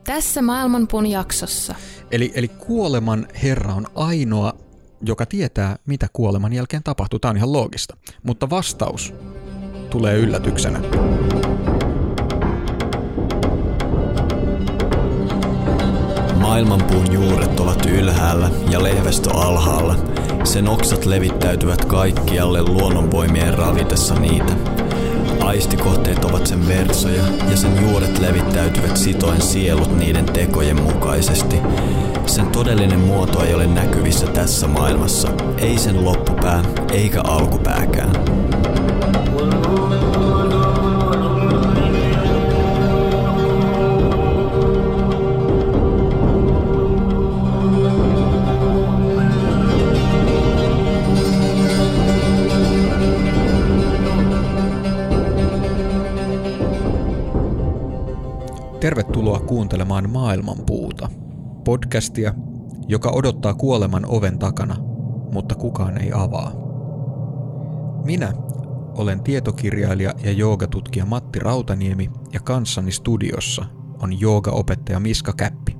Tässä Maailmanpuun jaksossa. Eli kuoleman herra on ainoa, joka tietää, mitä kuoleman jälkeen tapahtuu. Tämä on ihan loogista. Mutta vastaus tulee yllätyksenä. Maailmanpuun juuret ovat ylhäällä ja lehvästö alhaalla. Sen oksat levittäytyvät kaikkialle luonnonvoimien ravitessa niitä. Aistikohteet ovat sen versoja ja sen juuret levittäytyvät sitoen sielut niiden tekojen mukaisesti. Sen todellinen muoto ei ole näkyvissä tässä maailmassa, ei sen loppupää eikä alkupääkään. Tervetuloa kuuntelemaan Maailmanpuuta, podcastia, joka odottaa kuoleman oven takana, mutta kukaan ei avaa. Minä olen tietokirjailija ja joogatutkija Matti Rautaniemi ja kanssani studiossa on joogaopettaja Miska Käppi.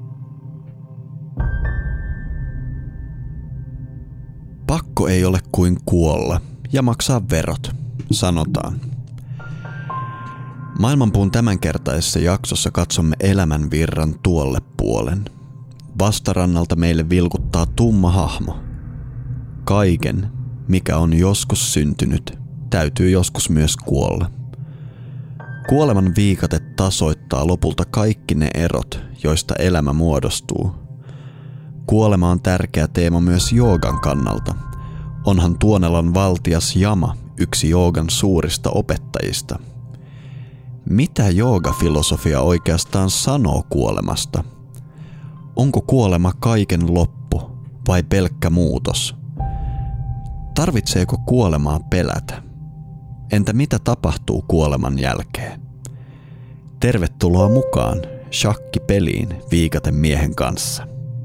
Pakko ei ole kuin kuolla ja maksaa verot, sanotaan. Maailmanpuun tämänkertaisessa jaksossa katsomme elämän virran tuolle puolen. Vastarannalta meille vilkuttaa tumma hahmo. Kaiken, mikä on joskus syntynyt, täytyy joskus myös kuolla. Kuoleman viikate tasoittaa lopulta kaikki ne erot, joista elämä muodostuu. Kuolema on tärkeä teema myös joogan kannalta. Onhan Tuonelan valtias Jama yksi joogan suurista opettajista. Mitä joogafilosofia oikeastaan sanoo kuolemasta? Onko kuolema kaiken loppu vai pelkkä muutos? Tarvitseeko kuolemaa pelätä? Entä mitä tapahtuu kuoleman jälkeen? Tervetuloa mukaan shakkipeliin viikatemiehen kanssa.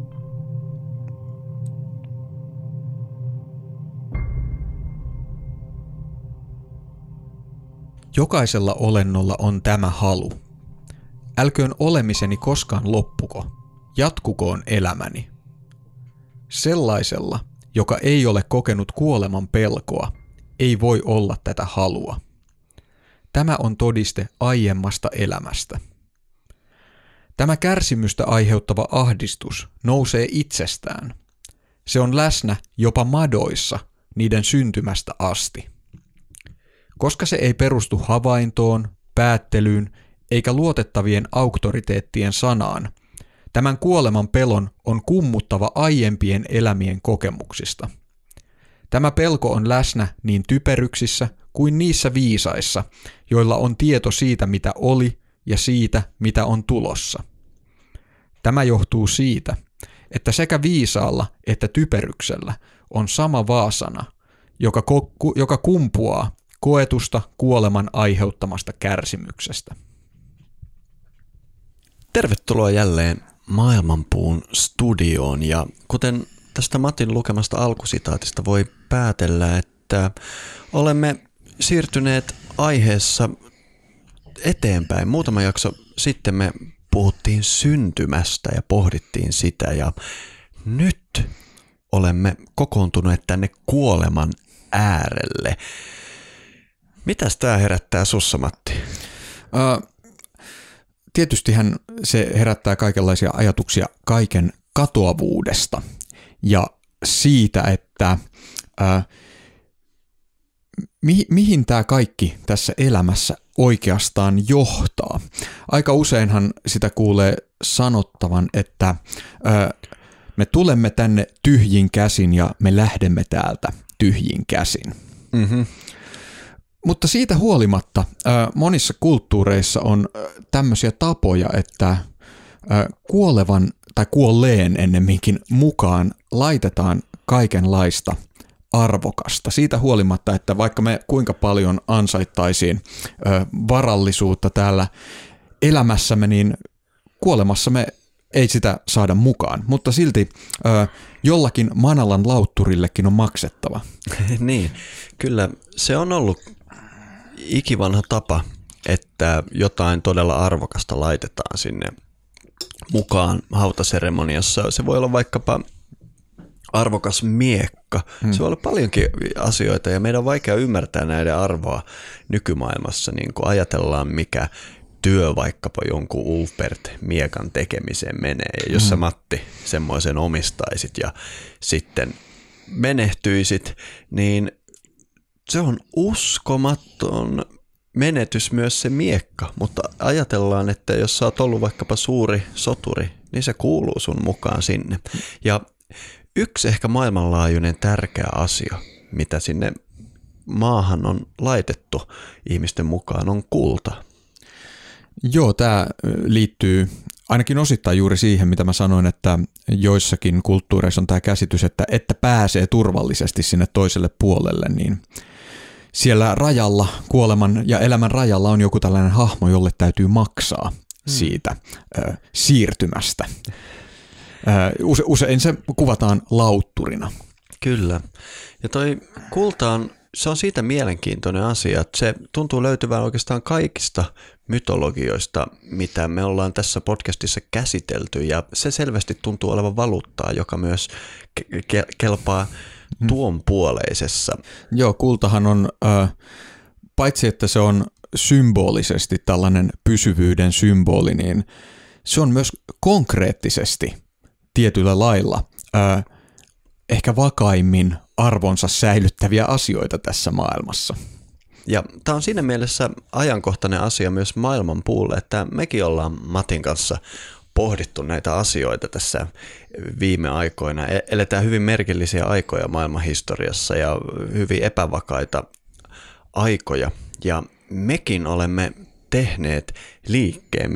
Jokaisella olennolla on tämä halu. Älköön olemiseni koskaan loppuko, jatkukoon elämäni. Sellaisella, joka ei ole kokenut kuoleman pelkoa, ei voi olla tätä halua. Tämä on todiste aiemmasta elämästä. Tämä kärsimystä aiheuttava ahdistus nousee itsestään. Se on läsnä jopa madoissa niiden syntymästä asti. Koska se ei perustu havaintoon, päättelyyn eikä luotettavien auktoriteettien sanaan, tämän kuoleman pelon on kummuttava aiempien elämien kokemuksista. Tämä pelko on läsnä niin typeryksissä kuin niissä viisaissa, joilla on tieto siitä, mitä oli ja siitä, mitä on tulossa. Tämä johtuu siitä, että sekä viisaalla että typeryksellä on sama vaasana, joka kumpuaa koetusta kuoleman aiheuttamasta kärsimyksestä. Tervetuloa jälleen Maailmanpuun studioon, ja kuten tästä Matin lukemasta alkusitaatista voi päätellä, että olemme siirtyneet aiheessa eteenpäin. Muutama jakso sitten me puhuttiin syntymästä ja pohdittiin sitä, ja nyt olemme kokoontuneet tänne kuoleman äärelle. Mitäs tää herättää sussa, Matti? Tietystihän se herättää kaikenlaisia ajatuksia kaiken katoavuudesta ja siitä, että mihin tämä kaikki tässä elämässä oikeastaan johtaa. Aika useinhan sitä kuulee sanottavan, että me tulemme tänne tyhjin käsin ja me lähdemme täältä tyhjin käsin. Mm-hmm. Mutta siitä huolimatta monissa kulttuureissa on tämmöisiä tapoja, että kuolevan tai kuolleen ennemminkin mukaan laitetaan kaikenlaista arvokasta. Siitä huolimatta, että vaikka me kuinka paljon ansaittaisiin varallisuutta täällä elämässämme, niin kuolemassamme ei sitä saada mukaan, mutta silti jollakin Manalan lautturillekin on maksettava. Niin, kyllä se on ollut ikivanha tapa, että jotain todella arvokasta laitetaan sinne mukaan hautaseremoniassa. Se voi olla vaikkapa arvokas miekka. Se voi olla paljonkin asioita ja meidän on vaikea ymmärtää näiden arvoa nykymaailmassa, niin kun ajatellaan mikä työ vaikkapa jonkun Ulfbert-miekan tekemiseen menee. Ja jos sä Matti semmoisen omistaisit ja sitten menehtyisit, niin se on uskomaton menetys myös se miekka, mutta ajatellaan, että jos sä oot ollut vaikkapa suuri soturi, niin se kuuluu sun mukaan sinne. Ja yksi ehkä maailmanlaajuinen tärkeä asia, mitä sinne maahan on laitettu ihmisten mukaan, on kulta. Joo, tämä liittyy ainakin osittain juuri siihen, mitä mä sanoin, että joissakin kulttuureissa on tämä käsitys, että pääsee turvallisesti sinne toiselle puolelle, niin siellä rajalla, kuoleman ja elämän rajalla on joku tällainen hahmo, jolle täytyy maksaa siitä siirtymästä. Usein se kuvataan lautturina. Kyllä. Ja toi kulta se on siitä mielenkiintoinen asia, että se tuntuu löytyvän oikeastaan kaikista mytologioista, mitä me ollaan tässä podcastissa käsitelty, ja se selvästi tuntuu olevan valuuttaa, joka myös kelpaa tuon puoleisessa. Joo, kultahan on, paitsi että se on symbolisesti tällainen pysyvyyden symboli, niin se on myös konkreettisesti tietyllä lailla ehkä vakaimmin arvonsa säilyttäviä asioita tässä maailmassa. Ja tämä on siinä mielessä ajankohtainen asia myös maailmanpuulle, että mekin ollaan Matin kanssa pohdittu näitä asioita tässä viime aikoina. Eletään hyvin merkillisiä aikoja maailmanhistoriassa ja hyvin epävakaita aikoja. Ja mekin olemme tehneet liikkeen,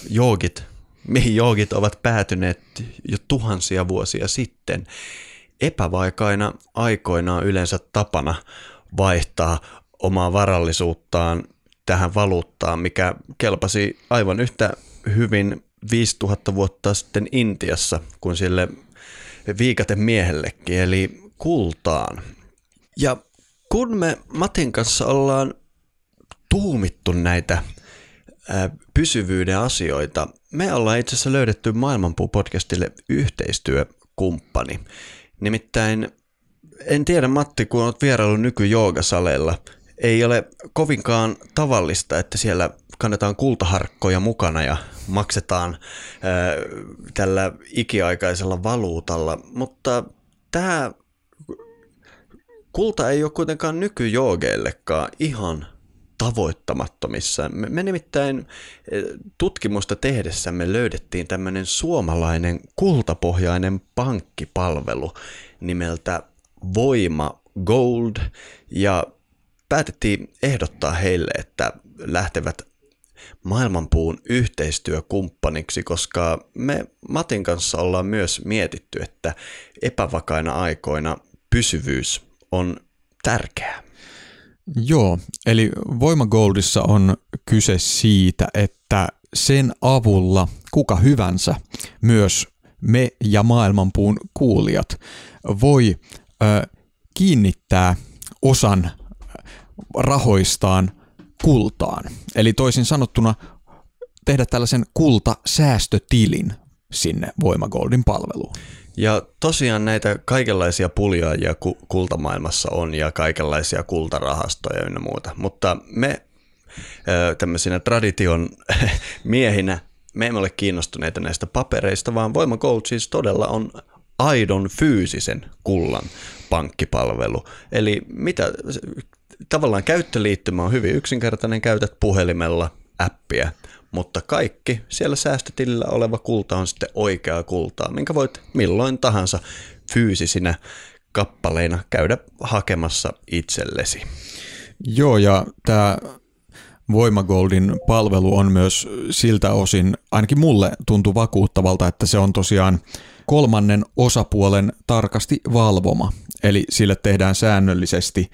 mihin joogit ovat päätyneet jo tuhansia vuosia sitten. Epävakaina aikoina on yleensä tapana vaihtaa omaa varallisuuttaan tähän valuuttaan, mikä kelpasi aivan yhtä hyvin 5000 vuotta sitten Intiassa kuin sille viikatemiehellekin, eli kultaan. Ja kun me Matin kanssa ollaan tuumittu näitä pysyvyyden asioita, me ollaan itse asiassa löydetty Maailmanpuu-podcastille yhteistyökumppani. Nimittäin, en tiedä Matti, kun olet vieraillut nykyjoogasaleilla, ei ole kovinkaan tavallista, että siellä kannetaan kultaharkkoja mukana ja maksetaan tällä ikiaikaisella valuutalla, mutta tämä kulta ei ole kuitenkaan nykyjoogeillekaan ihan tavoittamattomissa. Me nimittäin tutkimusta tehdessämme löydettiin tämmöinen suomalainen kultapohjainen pankkipalvelu nimeltä Voima Gold ja päätettiin ehdottaa heille, että lähtevät Maailmanpuun yhteistyökumppaniksi, koska me Matin kanssa ollaan myös mietitty, että epävakaina aikoina pysyvyys on tärkeää. Joo, eli Voima Goldissa on kyse siitä, että sen avulla kuka hyvänsä, myös me ja Maailmanpuun kuulijat, voi kiinnittää osan rahoistaan kultaan. Eli toisin sanottuna tehdä tällaisen kultasäästötilin sinne Voima Goldin palveluun. Ja tosiaan näitä kaikenlaisia puljaajia kultamaailmassa on ja kaikenlaisia kultarahastoja ynnä muuta, mutta me tämmöisinä tradition miehinä me emme ole kiinnostuneita näistä papereista, vaan Voima Gold siis todella on aidon fyysisen kullan pankkipalvelu. Eli tavallaan käyttöliittymä on hyvin yksinkertainen, käytät puhelimella appia, mutta kaikki siellä säästötilillä oleva kulta on sitten oikeaa kultaa, minkä voit milloin tahansa fyysisinä kappaleina käydä hakemassa itsellesi. Joo, ja tämä Voima Goldin palvelu on myös siltä osin, ainakin mulle tuntuu vakuuttavalta, että se on tosiaan kolmannen osapuolen tarkasti valvoma. Eli sille tehdään säännöllisesti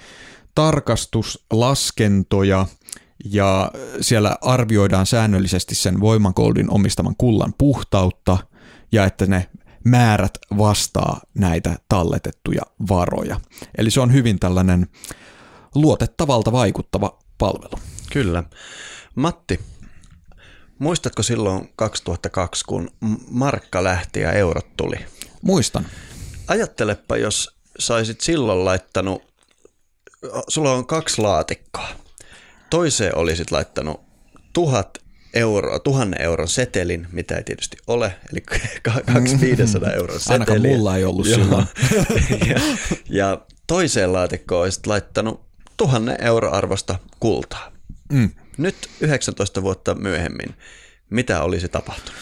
tarkastuslaskentoja ja siellä arvioidaan säännöllisesti sen Voima Goldin omistaman kullan puhtautta ja että ne määrät vastaa näitä talletettuja varoja. Eli se on hyvin tällainen luotettavalta vaikuttava palvelu. Kyllä. Matti, Muistatko silloin 2002, kun markka lähti ja eurot tuli? Muistan. Ajattelepa, jos saisit silloin laittanut, sulla on 2 laatikkoa. Toiseen olisit laittanut 1000 euron setelin, mitä ei tietysti ole, eli 500 euron seteliä. Ainakaan mulla ei ollut silloin. ja toiseen laatikkoon olisit laittanut 1000 euron arvosta kultaa. Nyt 19 vuotta myöhemmin, mitä olisi tapahtunut?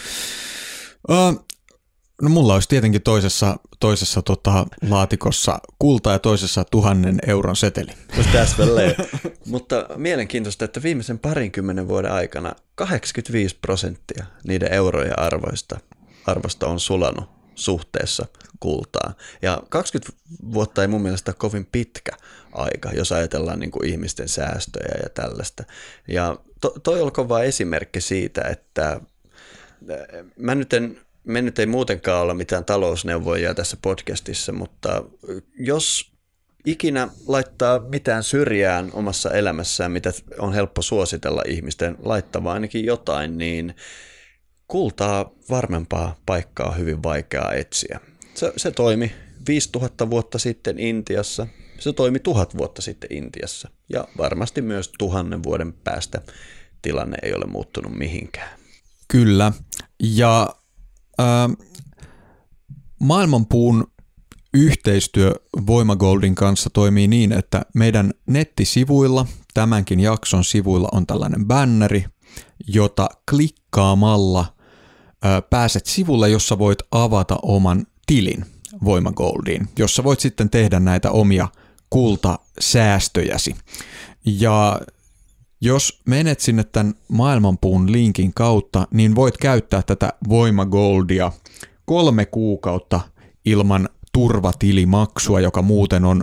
No mulla olisi tietenkin toisessa laatikossa kultaa ja toisessa 1000 euron seteli. Täsmälleen. Mutta mielenkiintoista, että viimeisen 20 vuoden aikana 85% niiden eurojen arvosta on sulanut suhteessa kultaan. Ja 20 vuotta ei mun mielestä kovin pitkä aika, jos ajatellaan niin kuin ihmisten säästöjä ja tällaista. Ja toi olkoon vain esimerkki siitä, että me nyt ei muutenkaan olla mitään talousneuvojia tässä podcastissa, mutta jos ikinä laittaa mitään syrjään omassa elämässään, mitä on helppo suositella ihmisten laittavaa ainakin jotain, niin kultaa varmempaa paikkaa on hyvin vaikeaa etsiä. Se toimi 5000 vuotta sitten Intiassa, se toimi 1000 vuotta sitten Intiassa ja varmasti myös 1000 vuoden päästä tilanne ei ole muuttunut mihinkään. Kyllä, ja maailmanpuun yhteistyö Voimagoldin kanssa toimii niin, että meidän nettisivuilla, tämänkin jakson sivuilla on tällainen bänneri, jota klikkaamalla pääset sivulle, jossa voit avata oman tilin Voimagoldiin, jossa voit sitten tehdä näitä omia kultasäästöjäsi. Ja jos menet sinne tämän maailmanpuun linkin kautta, niin voit käyttää tätä Voimagoldia 3 kuukautta ilman turvatilimaksua, joka muuten on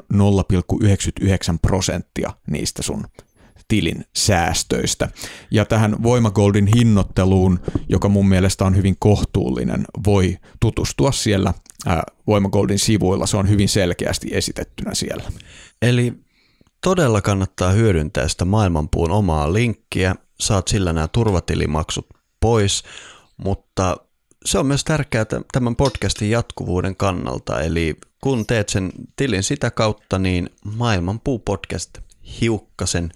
0,99% niistä sun tilin säästöistä. Ja tähän Voimagoldin hinnoitteluun, joka mun mielestä on hyvin kohtuullinen, voi tutustua siellä Voimagoldin sivuilla. Se on hyvin selkeästi esitettynä siellä. Eli todella kannattaa hyödyntää sitä maailmanpuun omaa linkkiä. Saat sillä nämä turvatilimaksut pois, mutta se on myös tärkeää tämän podcastin jatkuvuuden kannalta. Eli kun teet sen tilin sitä kautta, niin Maailmanpuu podcast hiukkasen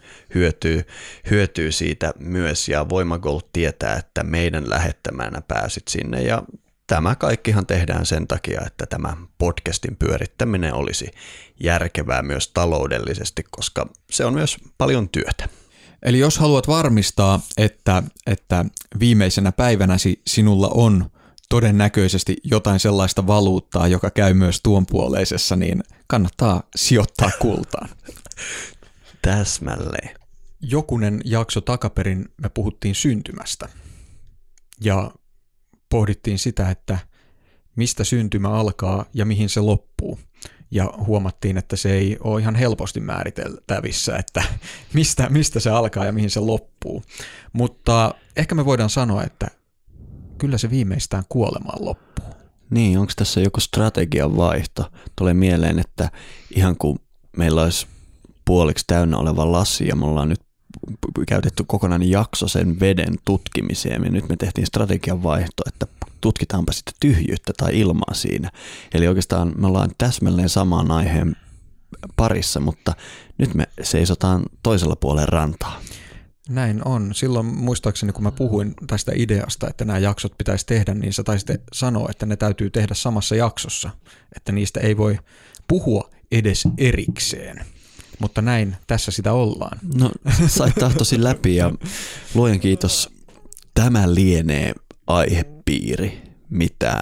hyötyy siitä myös, ja Voimagold tietää, että meidän lähettämänä pääsit sinne, ja tämä kaikkihan tehdään sen takia, että tämä podcastin pyörittäminen olisi järkevää myös taloudellisesti, koska se on myös paljon työtä. Eli jos haluat varmistaa, että viimeisenä päivänäsi sinulla on todennäköisesti jotain sellaista valuuttaa, joka käy myös tuonpuoleisessa, niin kannattaa sijoittaa kultaan. Täsmälleen. Jokunen jakso takaperin me puhuttiin syntymästä ja pohdittiin sitä, että mistä syntymä alkaa ja mihin se loppuu. Ja huomattiin, että se ei ole ihan helposti määriteltävissä, että mistä se alkaa ja mihin se loppuu. Mutta ehkä me voidaan sanoa, että kyllä se viimeistään kuolemaan loppuu. Niin, onko tässä joku strategian vaihto? Tulee mieleen, että ihan kun meillä olisi puoliksi täynnä oleva lasi ja me ollaan nyt käytetty kokonainen jakso sen veden tutkimiseen, ja nyt me tehtiin strategian vaihto, että tutkitaanpa sitten tyhjyyttä tai ilmaa siinä. Eli oikeastaan me ollaan täsmälleen samaan aiheen parissa, mutta nyt me seisotaan toisella puolella rantaa. Näin on. Silloin muistaakseni, kun mä puhuin tästä ideasta, että nämä jaksot pitäisi tehdä, niin sä taisit sanoa, että ne täytyy tehdä samassa jaksossa, että niistä ei voi puhua edes erikseen. Mutta näin tässä sitä ollaan. No, sait tahtosi läpi ja luojan kiitos, tämä lienee aihepiiri, mitä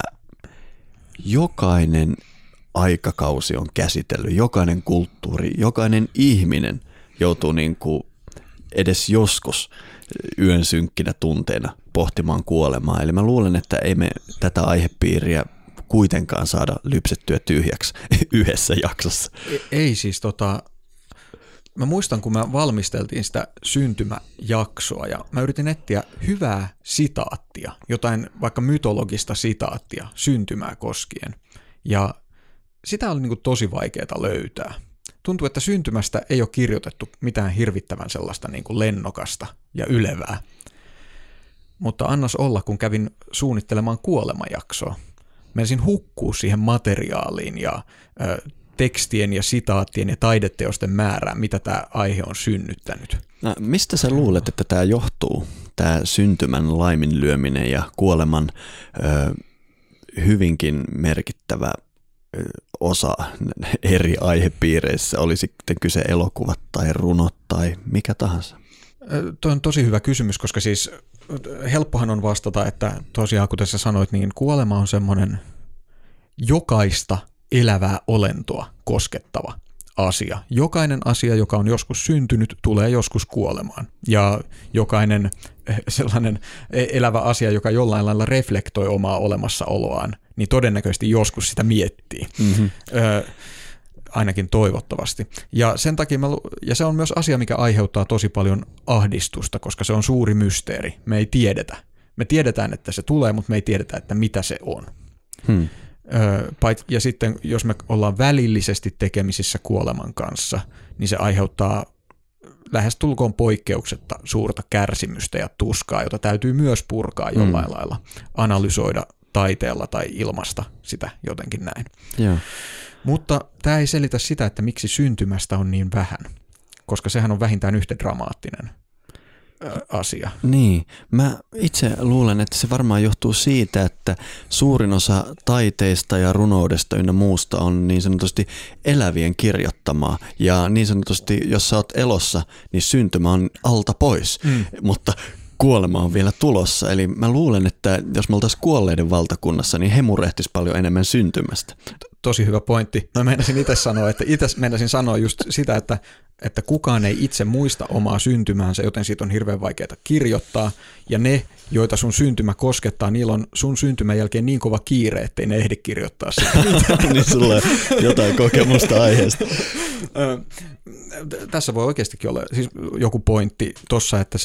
jokainen aikakausi on käsitellyt, jokainen kulttuuri, jokainen ihminen joutuu niin kuin edes joskus yön synkkinä tunteina pohtimaan kuolemaa. Eli mä luulen, että ei me tätä aihepiiriä kuitenkaan saada lypsettyä tyhjäksi yhdessä jaksossa. Ei siis mä muistan, kun mä valmisteltiin sitä syntymäjaksoa ja mä yritin etsiä hyvää sitaattia, jotain vaikka mytologista sitaattia syntymää koskien. Ja sitä oli niin kuin tosi vaikeaa löytää. Tuntuu, että syntymästä ei ole kirjoitettu mitään hirvittävän sellaista niin kuin lennokasta ja ylevää. mutta annas olla, kun kävin suunnittelemaan kuolemajaksoa. Menisin hukkuu siihen materiaaliin ja tekstien ja sitaattien ja taideteosten määrään, mitä tämä aihe on synnyttänyt. No, mistä sä luulet, että tämä johtuu, tämä syntymän laiminlyöminen ja kuoleman hyvinkin merkittävä osa eri aihepiireissä, oli sitten kyse elokuvat tai runot tai mikä tahansa? Tuo on tosi hyvä kysymys, koska siis helppohan on vastata, että tosiaan kuten sä sanoit, niin kuolema on semmoinen jokaista elävää olentoa koskettava asia. Jokainen asia, joka on joskus syntynyt, tulee joskus kuolemaan. Ja jokainen sellainen elävä asia, joka jollain lailla reflektoi omaa olemassaoloaan, niin todennäköisesti joskus sitä miettii. Mm-hmm. Ainakin toivottavasti. Ja sen takia ja se on myös asia, mikä aiheuttaa tosi paljon ahdistusta, koska se on suuri mysteeri. Me ei tiedetä. Me tiedetään, että se tulee, mutta me ei tiedetä, että mitä se on. Ja sitten jos me ollaan välillisesti tekemisissä kuoleman kanssa, niin se aiheuttaa lähestulkoon poikkeuksetta suurta kärsimystä ja tuskaa, jota täytyy myös purkaa jollain lailla, analysoida taiteella tai ilmasta sitä jotenkin näin. Yeah. Mutta tämä ei selitä sitä, että miksi syntymästä on niin vähän, koska sehän on vähintään yhtä dramaattinen asia. Niin, mä itse luulen, että se varmaan johtuu siitä, että suurin osa taiteista ja runoudesta ynnä muusta on niin sanotusti elävien kirjoittamaa. Ja niin sanotusti, jos sä oot elossa, niin syntymä on alta pois, mutta kuolema on vielä tulossa. Eli mä luulen, että jos me oltaisiin kuolleiden valtakunnassa, niin he murehtisi paljon enemmän syntymästä. Tosi hyvä pointti. Mä meinasin sanoa just sitä, että kukaan ei itse muista omaa syntymäänsä, joten siitä on hirveän vaikeaa kirjoittaa. Ja ne, joita sun syntymä koskettaa, niillä on sun syntymän jälkeen niin kova kiire, ettei ne ehdi kirjoittaa sitä. Niin sulla on jotain kokemusta aiheesta. Tässä voi oikeastikin olla siis joku pointti tossa, että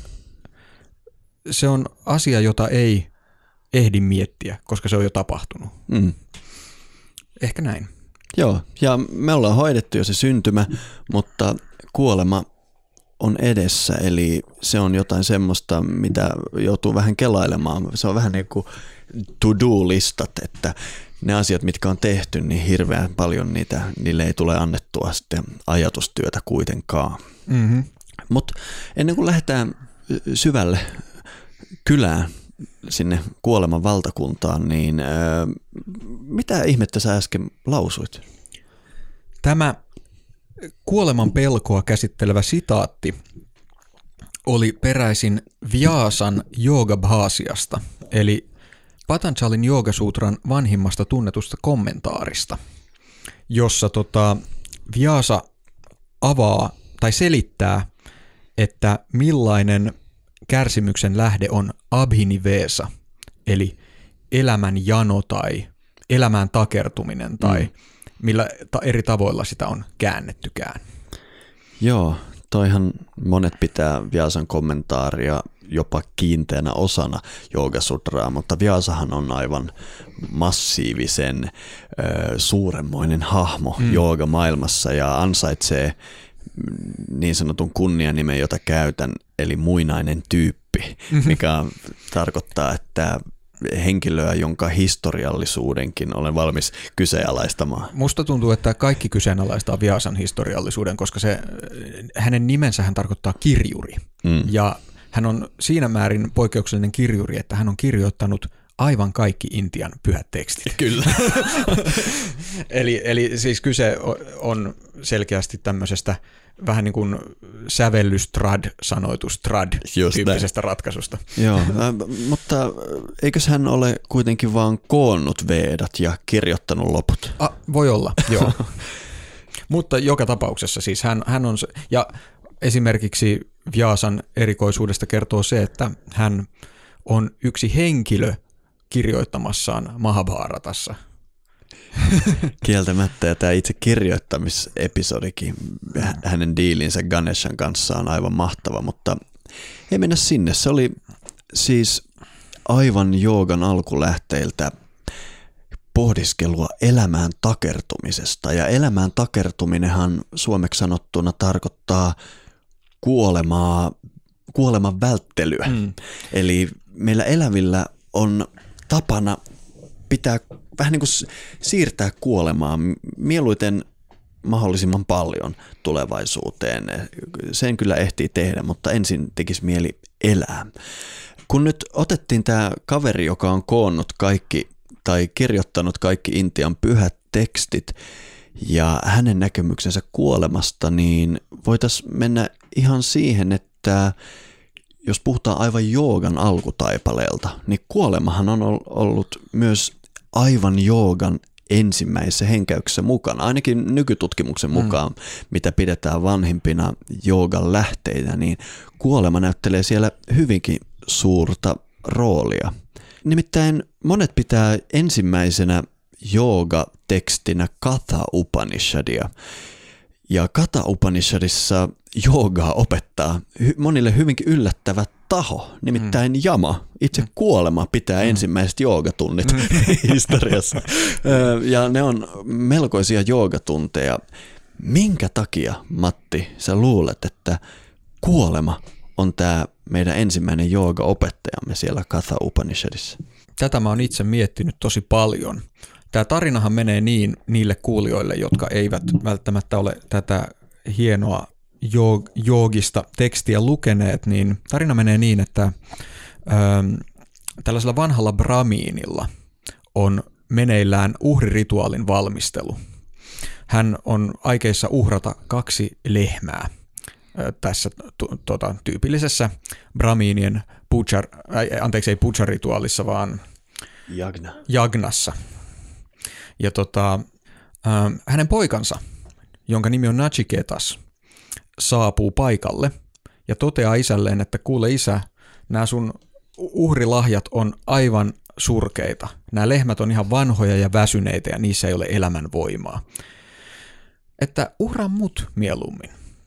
se on asia, jota ei ehdi miettiä, koska se on jo tapahtunut. Ehkä näin. Joo, ja me ollaan hoidettu jo se syntymä, mutta kuolema on edessä, eli se on jotain semmoista, mitä joutuu vähän kelailemaan. Se on vähän niin kuin to-do-listat, että ne asiat, mitkä on tehty, niin hirveän paljon niille ei tule annettua sitten ajatustyötä kuitenkaan. Mm-hmm. Mutta ennen kuin lähdetään syvälle kylään, sinne kuoleman valtakuntaan, niin mitä ihmettä sä äsken lausuit? Tämä kuoleman pelkoa käsittelevä sitaatti oli peräisin Vyasan Yogabhasiasta, eli Patanjalin Joogasutran vanhimmasta tunnetusta kommentaarista, jossa Vyasa avaa tai selittää, että millainen kärsimyksen lähde on abhinivesa, eli elämän jano tai elämään takertuminen tai millä eri tavoilla sitä on käännettykään. Joo, toihan monet pitää Vyasan kommentaaria jopa kiinteänä osana Joogasutraa, mutta Vyasahan on aivan massiivisen suuremmoinen hahmo joogamaailmassa ja ansaitsee niin sanotun kunnianimen, jota käytän, eli muinainen tyyppi, mikä tarkoittaa, että henkilöä, jonka historiallisuudenkin olen valmis kyseenalaistamaan. Musta tuntuu, että kaikki kyseenalaistaa Vyasan historiallisuuden, koska hänen nimensähän tarkoittaa kirjuri. Ja hän on siinä määrin poikkeuksellinen kirjuri, että hän on kirjoittanut aivan kaikki Intian pyhät tekstit. Kyllä. eli siis kyse on selkeästi tämmöisestä vähän niin kuin sävellystrad, sanoitustrad tyyppisestä ratkaisusta. Joo, mutta eikös hän ole kuitenkin vaan koonnut Vedat ja kirjoittanut loput? Voi olla, joo. Mutta joka tapauksessa siis hän on, ja esimerkiksi Vyasan erikoisuudesta kertoo se, että hän on yksi henkilö kirjoittamassaan Mahabharatassa. Kieltämättä, ja tämä itse kirjoittamisepisodikin, hänen diilinsä Ganeshan kanssa on aivan mahtava, mutta ei mennä sinne. Se oli siis aivan joogan alkulähteiltä pohdiskelua elämään takertumisesta, ja elämään takertuminenhan suomeksi sanottuna tarkoittaa kuoleman välttelyä. Eli meillä elävillä on tapana pitää vähän niin kuin siirtää kuolemaa mieluiten mahdollisimman paljon tulevaisuuteen. Sen kyllä ehtii tehdä, mutta ensin tekisi mieli elää. Kun nyt otettiin tämä kaveri, joka on koonnut kaikki tai kirjoittanut kaikki Intian pyhät tekstit ja hänen näkemyksensä kuolemasta, niin voitaisiin mennä ihan siihen, että jos puhutaan aivan joogan alkutaipaleelta, niin kuolemahan on ollut myös aivan joogan ensimmäisessä henkäyksessä mukana, ainakin nykytutkimuksen mukaan, mitä pidetään vanhimpina joogan lähteitä, niin kuolema näyttelee siellä hyvinkin suurta roolia. Nimittäin monet pitää ensimmäisenä jooga-tekstinä Katha Upanishadia. Ja Katha Upanishadissa joogaa opettaa monille hyvinkin yllättävä taho, nimittäin Jama. Itse kuolema pitää ensimmäiset joogatunnit historiassa. Ja ne on melkoisia joogatunteja. Minkä takia, Matti, sä luulet, että kuolema on tämä meidän ensimmäinen jooga-opettajamme siellä Katha Upanishadissa? Tätä mä oon itse miettinyt tosi paljon. Tämä tarinahan menee niin niille kuulijoille, jotka eivät välttämättä ole tätä hienoa joogista tekstiä lukeneet, niin tarina menee niin, että tällaisella vanhalla brahmiinilla on meneillään uhrirituaalin valmistelu. Hän on aikeissa uhrata 2 lehmää tässä tyypillisessä brahmiinien ei puja-rituaalissa, vaan jagnassa. Ja hänen poikansa, jonka nimi on Nachiketas, saapuu paikalle ja toteaa isälleen, että kuule isä, nämä sun uhrilahjat on aivan surkeita. Nämä lehmät on ihan vanhoja ja väsyneitä ja niissä ei ole elämän voimaa. Että uhraa mut mieluummin.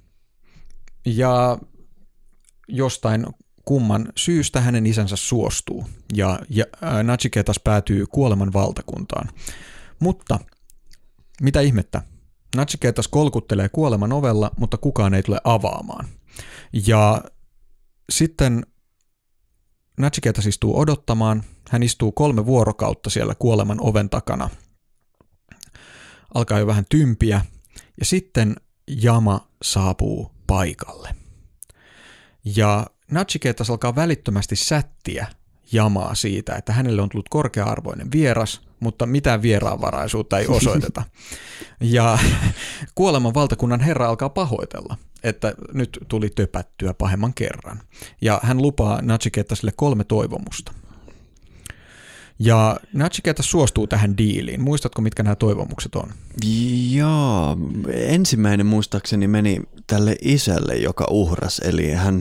Ja jostain kumman syystä hänen isänsä suostuu ja Nachiketas päätyy kuoleman valtakuntaan. Mutta mitä ihmettä? Nachiketas kolkuttelee kuoleman ovella, mutta kukaan ei tule avaamaan. Ja sitten Nachiketas istuu odottamaan. Hän istuu 3 vuorokautta siellä kuoleman oven takana. Alkaa jo vähän tympiä. Ja sitten Jama saapuu paikalle. Ja Nachiketas alkaa välittömästi sättiä Jamaa siitä, että hänelle on tullut korkea-arvoinen vieras, mutta mitään vieraanvaraisuutta ei osoiteta. Ja kuoleman valtakunnan herra alkaa pahoitella, että nyt tuli töpättyä pahemman kerran. Ja hän lupaa Nachiketasille 3 toivomusta. Ja Nachiketas suostuu tähän diiliin. Muistatko, mitkä nämä toivomukset on? Joo, ensimmäinen muistaakseni meni tälle isälle, joka uhras, eli hän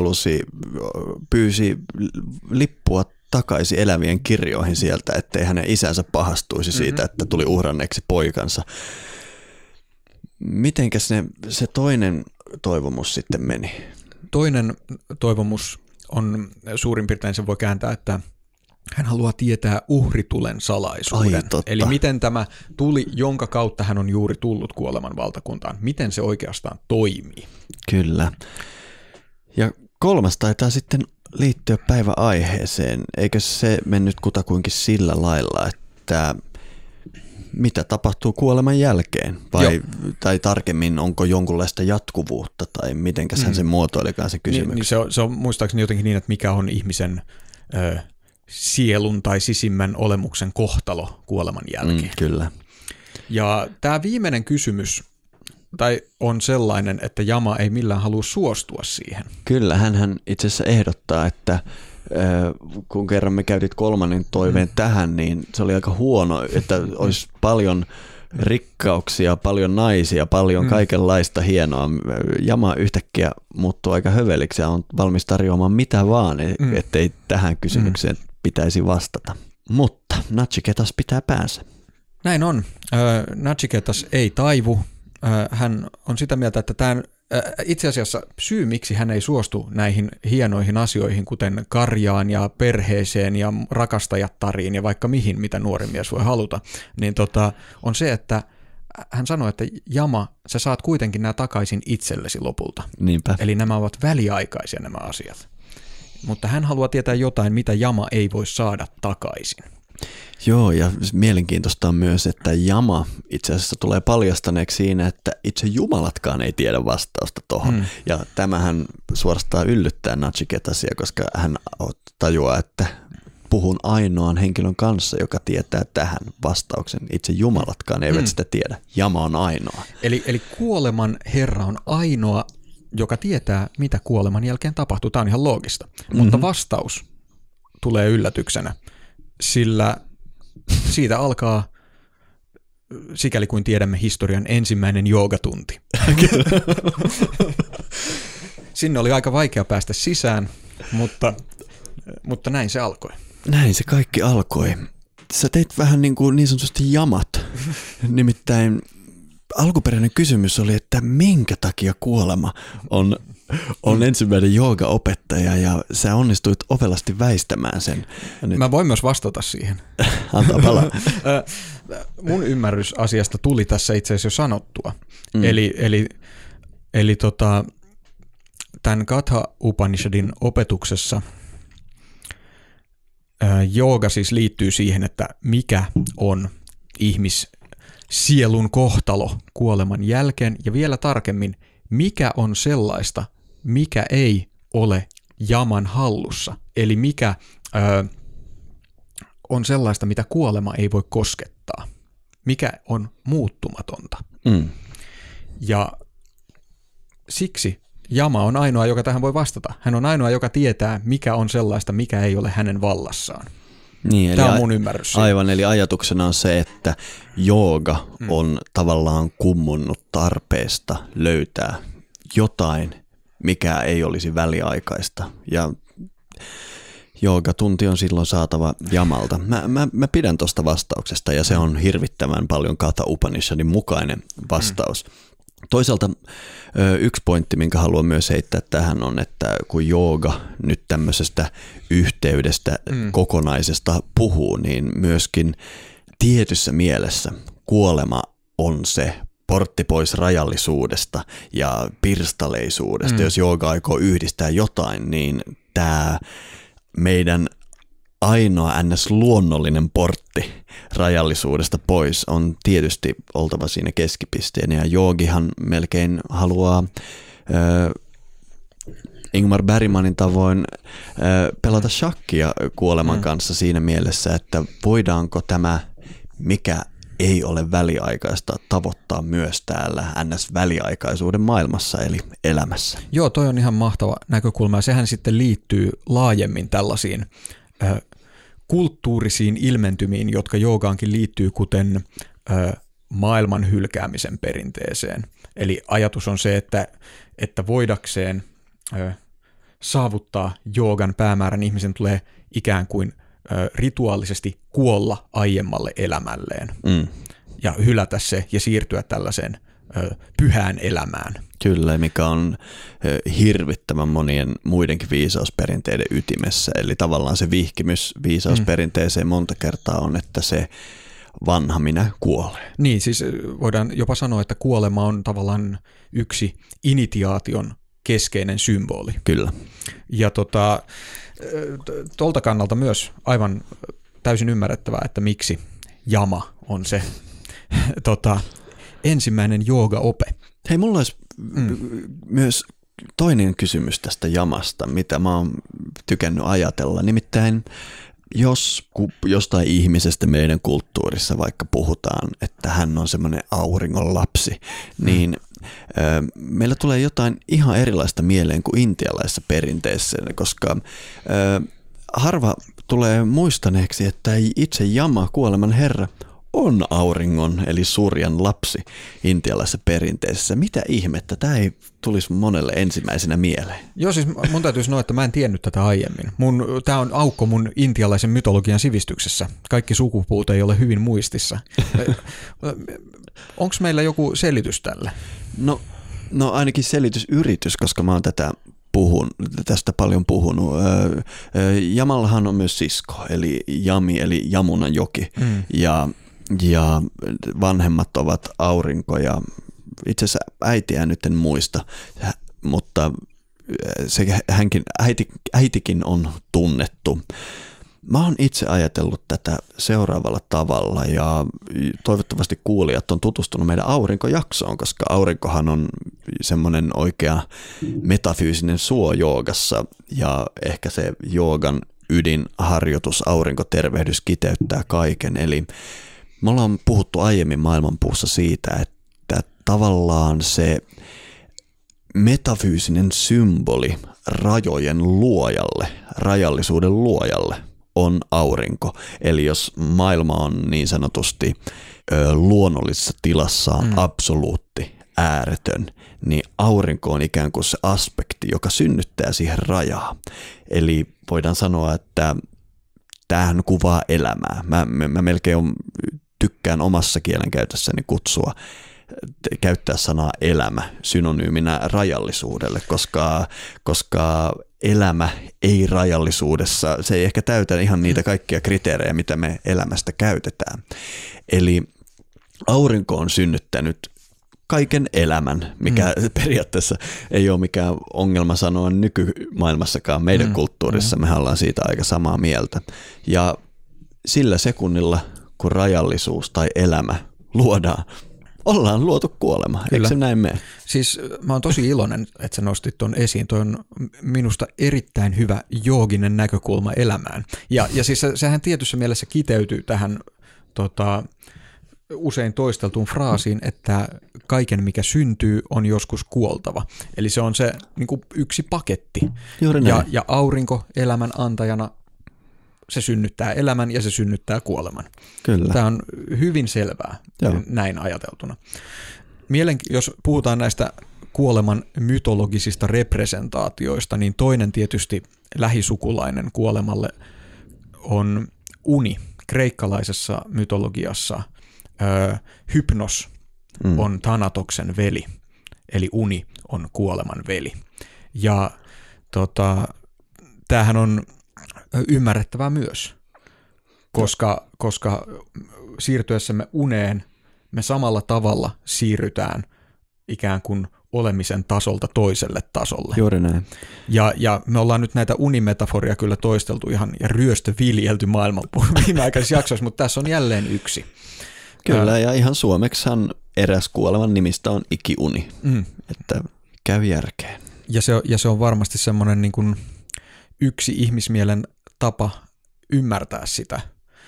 pyysi lippua takaisin elävien kirjoihin sieltä, ettei hänen isänsä pahastuisi siitä, että tuli uhranneeksi poikansa. Mitenkäs se toinen toivomus sitten meni? Toinen toivomus on suurin piirtein, se voi kääntää, että hän haluaa tietää uhritulen salaisuuden. Eli miten tämä tuli, jonka kautta hän on juuri tullut kuoleman valtakuntaan, miten se oikeastaan toimii. Kyllä. Ja 3. taitaa sitten liittyä päiväaiheeseen. Eikö se mennyt kutakuinkin sillä lailla, että mitä tapahtuu kuoleman jälkeen? Tai tarkemmin, onko jonkunlaista jatkuvuutta tai mitenkäs hän sen muotoilikaan se kysymys? Niin se on muistaakseni jotenkin niin, että mikä on ihmisen sielun tai sisimmän olemuksen kohtalo kuoleman jälkeen. Kyllä. Ja tämä viimeinen kysymys on sellainen, että Jama ei millään halua suostua siihen. Kyllä, hän itse asiassa ehdottaa, että kun kerran me käytit 3. toiveen tähän, niin se oli aika huono, että olisi paljon rikkauksia, paljon naisia, paljon kaikenlaista hienoa. Jama yhtäkkiä muuttuu aika höveliksi ja on valmis tarjoamaan mitä vaan, ettei tähän kysymykseen pitäisi vastata. Mutta Nachiketas pitää päänsä. Näin on. Nachiketas ei taivu. Hän on sitä mieltä, että tämä itse asiassa syy, miksi hän ei suostu näihin hienoihin asioihin, kuten karjaan ja perheeseen ja rakastajattariin ja vaikka mihin, mitä nuori mies voi haluta, niin on se, että hän sanoi, että Jama, sä saat kuitenkin nämä takaisin itsellesi lopulta. Niinpä. Eli nämä ovat väliaikaisia nämä asiat. mutta hän haluaa tietää jotain, mitä Jama ei voi saada takaisin. Joo, ja mielenkiintoista on myös, että Jama itse asiassa tulee paljastaneeksi siinä, että itse jumalatkaan ei tiedä vastausta tuohon. Ja tämähän suorastaan yllyttää Nachiketasia, koska hän tajuaa, että puhun ainoan henkilön kanssa, joka tietää tähän vastauksen. Itse jumalatkaan eivät sitä tiedä. Jama on ainoa. Eli kuoleman herra on ainoa, joka tietää, mitä kuoleman jälkeen tapahtuu. Tämä on ihan loogista. Mutta vastaus tulee yllätyksenä, sillä siitä alkaa, sikäli kuin tiedämme, historian ensimmäinen joogatunti. Sinne oli aika vaikea päästä sisään, mutta näin se alkoi. Näin se kaikki alkoi. Sä teit vähän niin sanotusti jamat. Nimittäin alkuperäinen kysymys oli, että minkä takia kuolema on ensimmäinen joogaopettaja, ja sä onnistuit ovelasti väistämään sen. Mä voin myös vastata siihen. Antaa palaa. Mun ymmärrys asiasta tuli tässä itse asiassa jo sanottua. Eli tämän Katha Upanishadin opetuksessa jooga siis liittyy siihen, että mikä on ihmissielun kohtalo kuoleman jälkeen, ja vielä tarkemmin, mikä on sellaista, mikä ei ole jaman hallussa, eli mikä on sellaista, mitä kuolema ei voi koskettaa, mikä on muuttumatonta. Ja siksi Jama on ainoa, joka tähän voi vastata. Hän on ainoa, joka tietää, mikä on sellaista, mikä ei ole hänen vallassaan. Niin, tämä on mun ymmärrys. Aivan, eli ajatuksena on se, että jooga on tavallaan kummunnut tarpeesta löytää jotain, mikä ei olisi väliaikaista. Ja joogatunti on silloin saatava Jamalta. Mä pidän tuosta vastauksesta, ja se on hirvittävän paljon Katha Upanishadin mukainen vastaus. Toisaalta yksi pointti, minkä haluan myös heittää tähän on, että kun jooga nyt tämmöisestä yhteydestä kokonaisesta puhuu, niin myöskin tietyssä mielessä kuolema on se portti pois rajallisuudesta ja pirstaleisuudesta. Jos jooga aikoo yhdistää jotain, niin tämä meidän ainoa ns-luonnollinen portti rajallisuudesta pois on tietysti oltava siinä keskipisteen, ja joogihan melkein haluaa Ingmar Bergmanin tavoin pelata shakkia kuoleman kanssa siinä mielessä, että voidaanko tämä, mikä ei ole väliaikaista, tavoittaa myös täällä NS-väliaikaisuuden maailmassa, eli elämässä. Joo, toi on ihan mahtava näkökulma, ja sehän sitten liittyy laajemmin tällaisiin kulttuurisiin ilmentymiin, jotka joogaankin liittyy, kuten maailman hylkäämisen perinteeseen. Eli ajatus on se, että voidakseen saavuttaa joogan päämäärän, ihmisen tulee ikään kuin rituaalisesti kuolla aiemmalle elämälleen ja hylätä se ja siirtyä tällaiseen pyhään elämään. Kyllä, mikä on hirvittävän monien muidenkin viisausperinteiden ytimessä. Eli tavallaan se vihkimys viisausperinteeseen monta kertaa on, että se vanha minä kuolee. Niin, siis voidaan jopa sanoa, että kuolema on tavallaan yksi initiaation keskeinen symboli. Kyllä. Ja tolta kannalta myös aivan täysin ymmärrettävää, että miksi Jama on se ensimmäinen joogaope. Hei, mulla olisi myös toinen kysymys tästä Jamasta, mitä mä oon tykännyt ajatella. Nimittäin jos jostain ihmisestä meidän kulttuurissa vaikka puhutaan, että hän on semmoinen auringon lapsi, niin meillä tulee jotain ihan erilaista mieleen kuin intialaisessa perinteessä, koska harva tulee muistaneeksi, että itse Jama, kuoleman herra, on auringon eli surjan lapsi intialaisessa perinteessä. Mitä ihmettä? Tämä ei tulisi monelle ensimmäisenä mieleen. Joo, siis mun täytyy sanoa, että mä en tiennyt tätä aiemmin. Tämä on aukko mun intialaisen mytologian sivistyksessä. Kaikki sukupuut ei ole hyvin muistissa. Onko meillä joku selitys tälle? No ainakin selitysyritys, koska mä oon tästä paljon puhunut. Jamallahan on myös sisko, eli Jami, eli Jamunan joki. Ja vanhemmat ovat aurinko, ja itse asiassa äitiä nyt en muista, mutta äitikin on tunnettu. Mä oon itse ajatellut tätä seuraavalla tavalla ja toivottavasti kuulijat on tutustunut meidän aurinkojaksoon, koska aurinkohan on semmoinen oikea metafyysinen suo joogassa ja ehkä se joogan ydinharjoitus, aurinkotervehdys kiteyttää kaiken. Eli me ollaan puhuttu aiemmin Maailmanpuussa siitä, että tavallaan se metafyysinen symboli rajojen luojalle, rajallisuuden luojalle on aurinko. Eli jos maailma on niin sanotusti luonnollisessa tilassaan absoluutti, ääretön, niin aurinko on ikään kuin se aspekti, joka synnyttää siihen rajaa. Eli voidaan sanoa, että tämähän kuvaa elämää. Mä melkein tykkään omassa kielenkäytössäni käyttää sanaa elämä synonyyminä rajallisuudelle, koska elämä ei rajallisuudessa, se ei ehkä täytä ihan niitä kaikkia kriteerejä, mitä me elämästä käytetään. Eli aurinko on synnyttänyt kaiken elämän, mikä periaatteessa ei ole mikään ongelma sanoa nykymaailmassakaan meidän kulttuurissa. Mehän ollaan siitä aika samaa mieltä. Ja sillä sekunnilla, kun rajallisuus tai elämä luodaan, ollaan luotu kuolema. Kyllä. Eikö se näin mene? Siis mä oon tosi iloinen, että sä nostit ton esiin. Toi on minusta erittäin hyvä jooginen näkökulma elämään. Ja siis sehän tietyssä mielessä kiteytyy tähän usein toisteltuun fraasiin, että kaiken mikä syntyy on joskus kuoltava. Eli se on se niin kuin yksi paketti. Ja aurinko elämän antajana, se synnyttää elämän ja se synnyttää kuoleman. Kyllä. Tämä on hyvin selvää näin ajateltuna. Jos puhutaan näistä kuoleman mytologisista representaatioista, niin toinen tietysti lähisukulainen kuolemalle on uni. Kreikkalaisessa mytologiassa Hypnos on Thanatoksen veli, eli uni on kuoleman veli. Ja tämähän on ymmärrettävää myös, koska siirtyessämme uneen me samalla tavalla siirrytään ikään kuin olemisen tasolta toiselle tasolle. Juuri näin. Ja me ollaan nyt näitä unimetaforia kyllä toisteltu ihan ja ryöstöviljelty Maailmanpuun viimeaikaisissa jaksoissa, mutta tässä on jälleen yksi. Kyllä, ja ihan suomeksihan eräs kuoleman nimistä on ikiuni, että käy järkeen. Ja se on varmasti semmoinen niin kuin yksi ihmismielen tapa ymmärtää sitä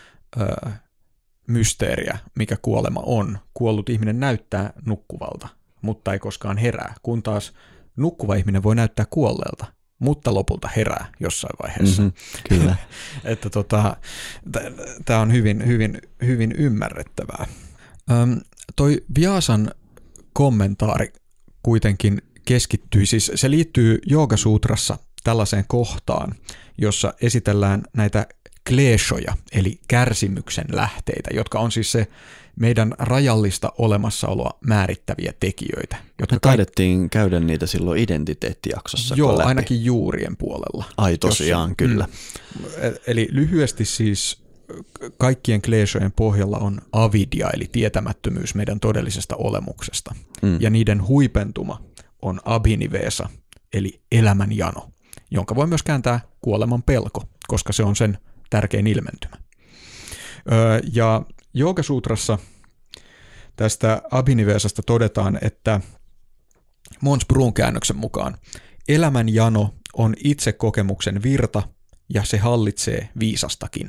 mysteeriä, mikä kuolema on. Kuollut ihminen näyttää nukkuvalta, mutta ei koskaan herää, kun taas nukkuva ihminen voi näyttää kuolleelta, mutta lopulta herää jossain vaiheessa. Kyllä. Että tämä on hyvin ymmärrettävää. Toi Vyasan kommentaari kuitenkin keskittyy, siis se liittyy Joogasuutrassa tällaiseen kohtaan, jossa esitellään näitä kleshoja, eli kärsimyksen lähteitä, jotka on siis se meidän rajallista olemassaoloa määrittäviä tekijöitä. Me taidettiin käydä niitä silloin identiteettijaksossa. Joo, läpi. Ainakin juurien puolella. Ai tosiaan, kyllä. Eli lyhyesti siis kaikkien kleshojen pohjalla on avidya, eli tietämättömyys meidän todellisesta olemuksesta. Ja niiden huipentuma on abhinivesa, eli elämän jano, jonka voi myös kääntää kuoleman pelko, koska se on sen tärkein ilmentymä. Ja Joogasuutrassa tästä abhinivesasta todetaan, että Måns Broon käännöksen mukaan elämän jano on itsekokemuksen virta ja se hallitsee viisastakin.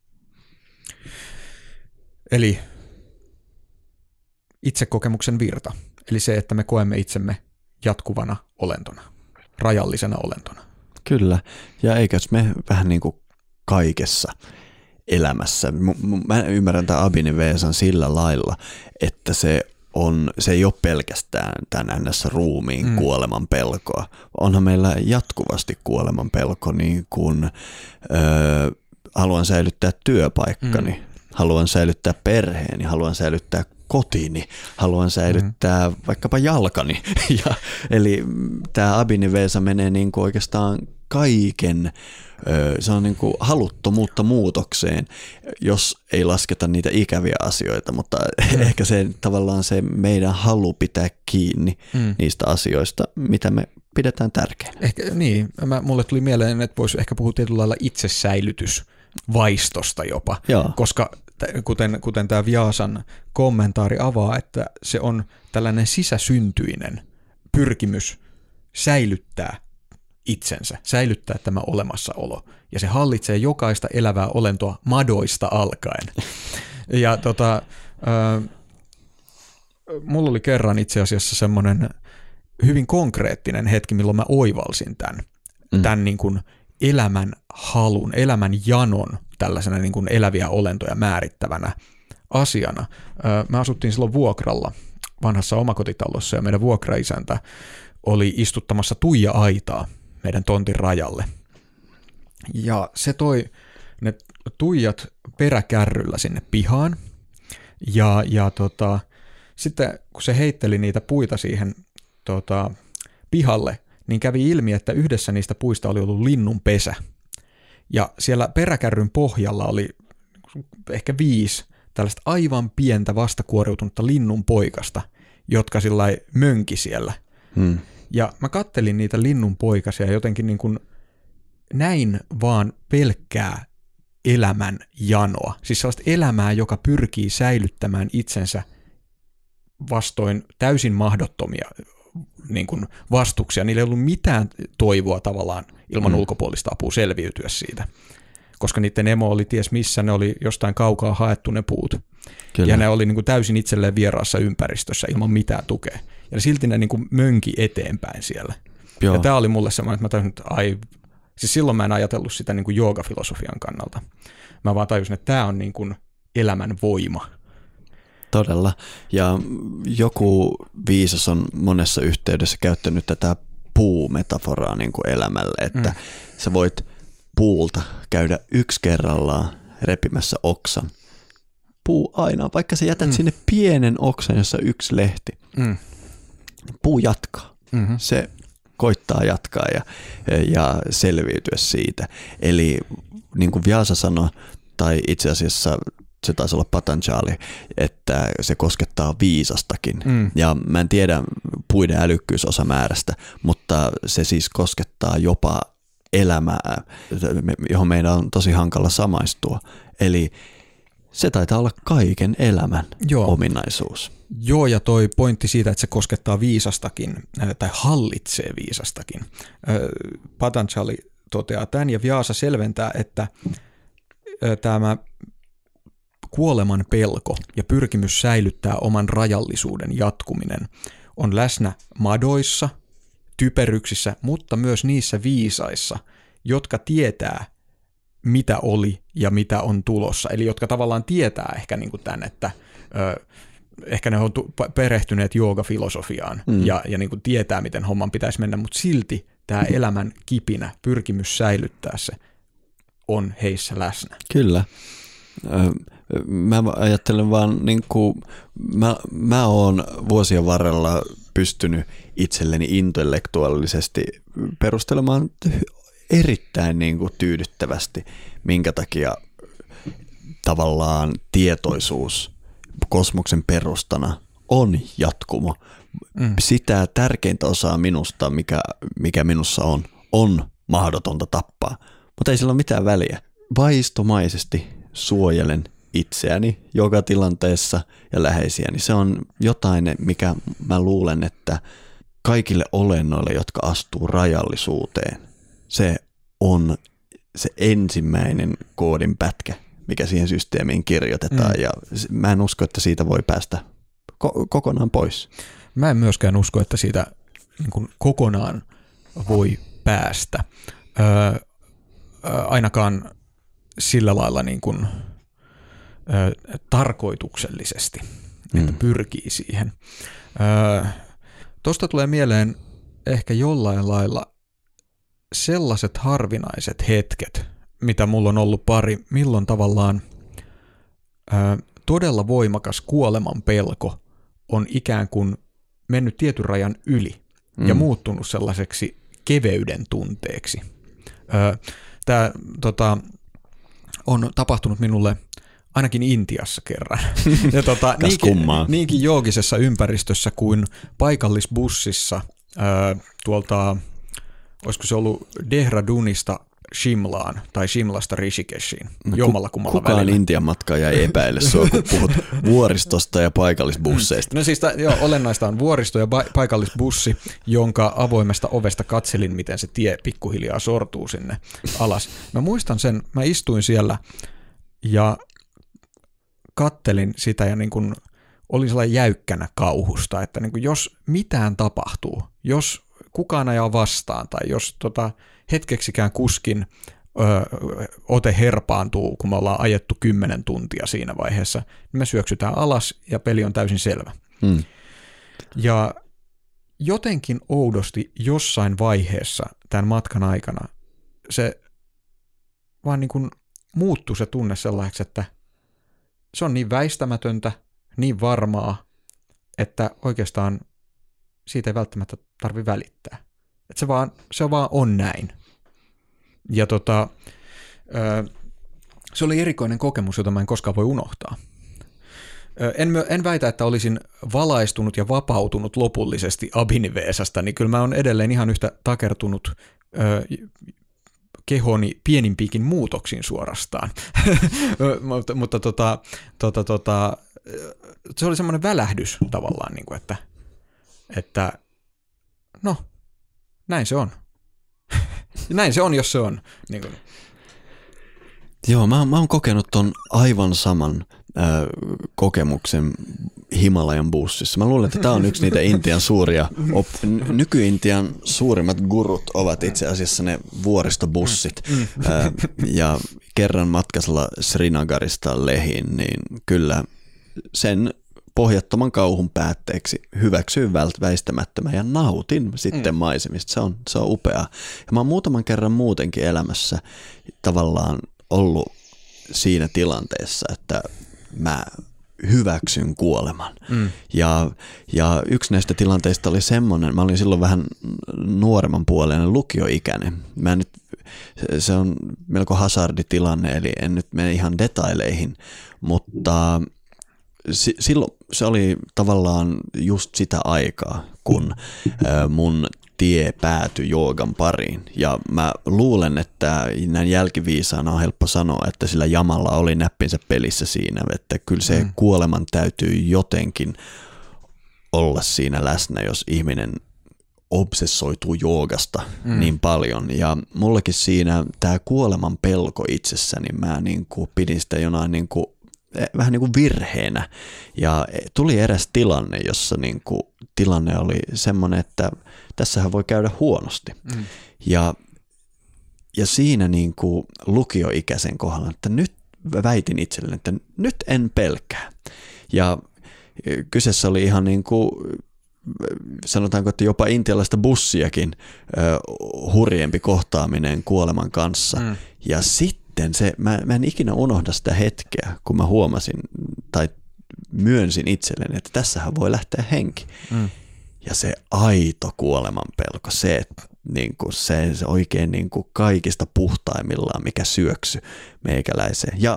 Eli itsekokemuksen virta, eli se, että me koemme itsemme jatkuvana olentona, rajallisena olentona. Kyllä, ja eikös me vähän niin kuin kaikessa elämässä. Mä ymmärrän tämän abhinivesan sillä lailla, että se ei ole pelkästään tämän ruumiin kuoleman pelkoa. Onhan meillä jatkuvasti kuoleman pelko, niin kuin haluan säilyttää työpaikkani, haluan säilyttää perheeni, haluan säilyttää kotini, haluan säilyttää vaikkapa jalkani. Eli tämä abhinivesa menee niin kuin oikeastaan kaiken, se on niin kuin haluttomuutta muutokseen, jos ei lasketa niitä ikäviä asioita, mutta ehkä se tavallaan se meidän halu pitää kiinni niistä asioista, mitä me pidetään tärkeänä. Ehkä, niin, mulle tuli mieleen, että voisi ehkä puhua tietyllä lailla itsesäilytysvaistosta jopa, koska kuten tämä Vyasan kommentaari avaa, että se on tällainen sisäsyntyinen pyrkimys säilyttää itsensä, säilyttää tämä olemassaolo, ja se hallitsee jokaista elävää olentoa madoista alkaen. Ja mulla oli kerran itse asiassa semmoinen hyvin konkreettinen hetki, milloin mä oivalsin tämän niin kuin elämän halun, elämän janon tällaisena niin kuin eläviä olentoja määrittävänä asiana. Me asuttiin silloin vuokralla vanhassa omakotitalossa, ja meidän vuokraisäntä oli istuttamassa tuija-aitaa meidän tontin rajalle. Ja se toi ne tuijat peräkärryllä sinne pihaan, ja sitten kun se heitteli niitä puita siihen pihalle, niin kävi ilmi, että yhdessä niistä puista oli ollut linnun pesä. Ja siellä peräkärryn pohjalla oli ehkä 5 tällaista aivan pientä vastakuoriutunutta linnun poikasta, jotka sillai mönki siellä. Ja mä kattelin niitä linnun poikasia jotenkin niin kuin näin vaan pelkkää elämän janoa. Siis sellaista elämää, joka pyrkii säilyttämään itsensä vastoin täysin mahdottomia niin kuin vastuksia. Niillä ei ollut mitään toivoa tavallaan ilman ulkopuolista apua selviytyä siitä. Koska niiden emo oli ties missä, ne oli jostain kaukaa haettu ne puut. Kyllä. Ja ne oli niin kuin täysin itselleen vieraassa ympäristössä ilman mitään tukea. Ja silti ne niin kuin mönki eteenpäin siellä. Joo. Ja tämä oli mulle semmoinen, että mä tajusin, että siis silloin mä en ajatellut sitä niin kuin joogafilosofian kannalta. Mä vaan tajusin, että tämä on niin kuin elämän voima. Todella. Ja joku viisas on monessa yhteydessä käyttänyt tätä puumetaforaa niin kuin elämälle, että sä voit puulta käydä yksi kerrallaan repimässä oksan. Puu aina, vaikka sä jätät sinne pienen oksan, jossa yksi lehti. Puu jatkaa. Se koittaa jatkaa ja selviytyä siitä. Eli niin kuin Vyasa sanoi, tai itse asiassa se taisi olla Patanjali, että se koskettaa viisastakin. Ja mä en tiedä puiden älykkyysosamäärästä, mutta se siis koskettaa jopa elämää, johon meidän on tosi hankala samaistua. Eli se taitaa olla kaiken elämän ominaisuus. Joo, ja toi pointti siitä, että se koskettaa viisastakin, tai hallitsee viisastakin. Patanjali toteaa tämän, ja Vyasa selventää, että tämä kuoleman pelko ja pyrkimys säilyttää oman rajallisuuden jatkuminen on läsnä madoissa, typeryksissä, mutta myös niissä viisaissa, jotka tietää, mitä oli ja mitä on tulossa. Eli jotka tavallaan tietää ehkä niin kuin tämän, että ehkä ne on perehtyneet joogafilosofiaan ja niin kuin tietää, miten homman pitäisi mennä, mutta silti tämä elämän kipinä, pyrkimys säilyttää se, on heissä läsnä. Kyllä. Mä ajattelen vaan, niin kuin, mä oon vuosien varrella pystynyt itselleni intellektuaalisesti perustelemaan erittäin niin kuin tyydyttävästi, minkä takia tavallaan tietoisuus kosmoksen perustana on jatkumo. Sitä tärkeintä osaa minusta, mikä minussa on mahdotonta tappaa, mutta ei sillä ole mitään väliä. Vaistomaisesti suojelen itseäni joka tilanteessa ja läheisiäni. Se on jotain, mikä mä luulen, että kaikille olennoille, jotka astuu rajallisuuteen, se on se ensimmäinen koodin pätkä, mikä siihen systeemiin kirjoitetaan, ja mä en usko, että siitä voi päästä kokonaan pois. Mä en myöskään usko, että siitä niin kuin kokonaan voi päästä, ainakaan sillä lailla niin kuin, tarkoituksellisesti, että pyrkii siihen. Tuosta tulee mieleen ehkä jollain lailla sellaiset harvinaiset hetket, mitä mulla on ollut pari, milloin tavallaan todella voimakas kuoleman pelko on ikään kuin mennyt tietyn rajan yli ja muuttunut sellaiseksi keveyden tunteeksi. Tämä on tapahtunut minulle ainakin Intiassa kerran. Ja niinkin joogisessa ympäristössä kuin paikallisbussissa tuolta, olisiko se ollut Dehradunista Shimlaan tai Shimlasta Rishikeshiin, jommalla kummalla kukaan välillä. Intian matkaaja ei epäile sua, kun puhut vuoristosta ja paikallisbusseista. No siis olennaista on vuoristo ja paikallisbussi, jonka avoimesta ovesta katselin, miten se tie pikkuhiljaa sortuu sinne alas. Mä muistan sen, mä istuin siellä ja kattelin sitä ja niin kuin olin sellainen jäykkänä kauhusta, että niin kuin jos mitään tapahtuu, jos kukaan ajaa vastaan tai jos hetkeksikään kuskin ote herpaantuu, kun me ollaan ajettu 10 tuntia siinä vaiheessa, niin me syöksytään alas ja peli on täysin selvä. Ja jotenkin oudosti jossain vaiheessa tämän matkan aikana se vaan niin kuin muuttui se tunne sellaiseksi, että se on niin väistämätöntä, niin varmaa, että oikeastaan siitä ei välttämättä tarvitse välittää. Että se vaan on näin. Ja se oli erikoinen kokemus, jota mä en koskaan voi unohtaa. En väitä, että olisin valaistunut ja vapautunut lopullisesti Abhiniveesasta, niin kyllä mä oon edelleen ihan yhtä takertunut kehoni pienimpiikin muutoksiin suorastaan. Mutta se oli semmoinen välähdys tavallaan, niin kuin, että no, näin se on. Näin se on, jos se on. Niin kuin. Joo, mä oon kokenut ton aivan saman kokemuksen Himalajan bussissa. Mä luulen, että tämä on yksi niitä Intian suuria, nyky-Intian suurimmat gurut ovat itse asiassa ne vuoristobussit. Ja kerran matkasella Srinagarista Lehiin, niin kyllä sen pohjattoman kauhun päätteeksi hyväksyin väistämättömän ja nautin sitten maisemista. Se on upeaa. Ja mä oon muutaman kerran muutenkin elämässä tavallaan ollut siinä tilanteessa, että mä hyväksyn kuoleman. Ja yksi näistä tilanteista oli semmoinen, mä olin silloin vähän nuoremman puoleinen lukioikäinen. Se on melko hazarditilanne, eli en nyt mene ihan detaileihin, mutta silloin se oli tavallaan just sitä aikaa, kun mun tie päätyi joogan pariin. Ja mä luulen, että näin jälkiviisaana on helppo sanoa, että sillä jamalla oli näppinsä pelissä siinä, että kyllä se kuoleman täytyy jotenkin olla siinä läsnä, jos ihminen obsessoituu joogasta niin paljon. Ja mullakin siinä tämä kuoleman pelko itsessäni, mä niinku pidin sitä jonain niinku vähän niin kuin virheenä. Ja tuli eräs tilanne, jossa niin kuin tilanne oli semmoinen, että tässähän voi käydä huonosti. Ja siinä niin kuin lukioikäisen kohdalla, että nyt väitin itselleni, että nyt en pelkää. Ja kyseessä oli ihan niin kuin, sanotaanko, että jopa intialaista bussiakin hurjempi kohtaaminen kuoleman kanssa. Ja sitten mä en ikinä unohda sitä hetkeä, kun mä huomasin tai myönsin itselleni, että tässähän voi lähteä henki. Ja se aito kuolemanpelko, se oikein niin kuin kaikista puhtaimmillaan, mikä syöksy meikäläiseen. Ja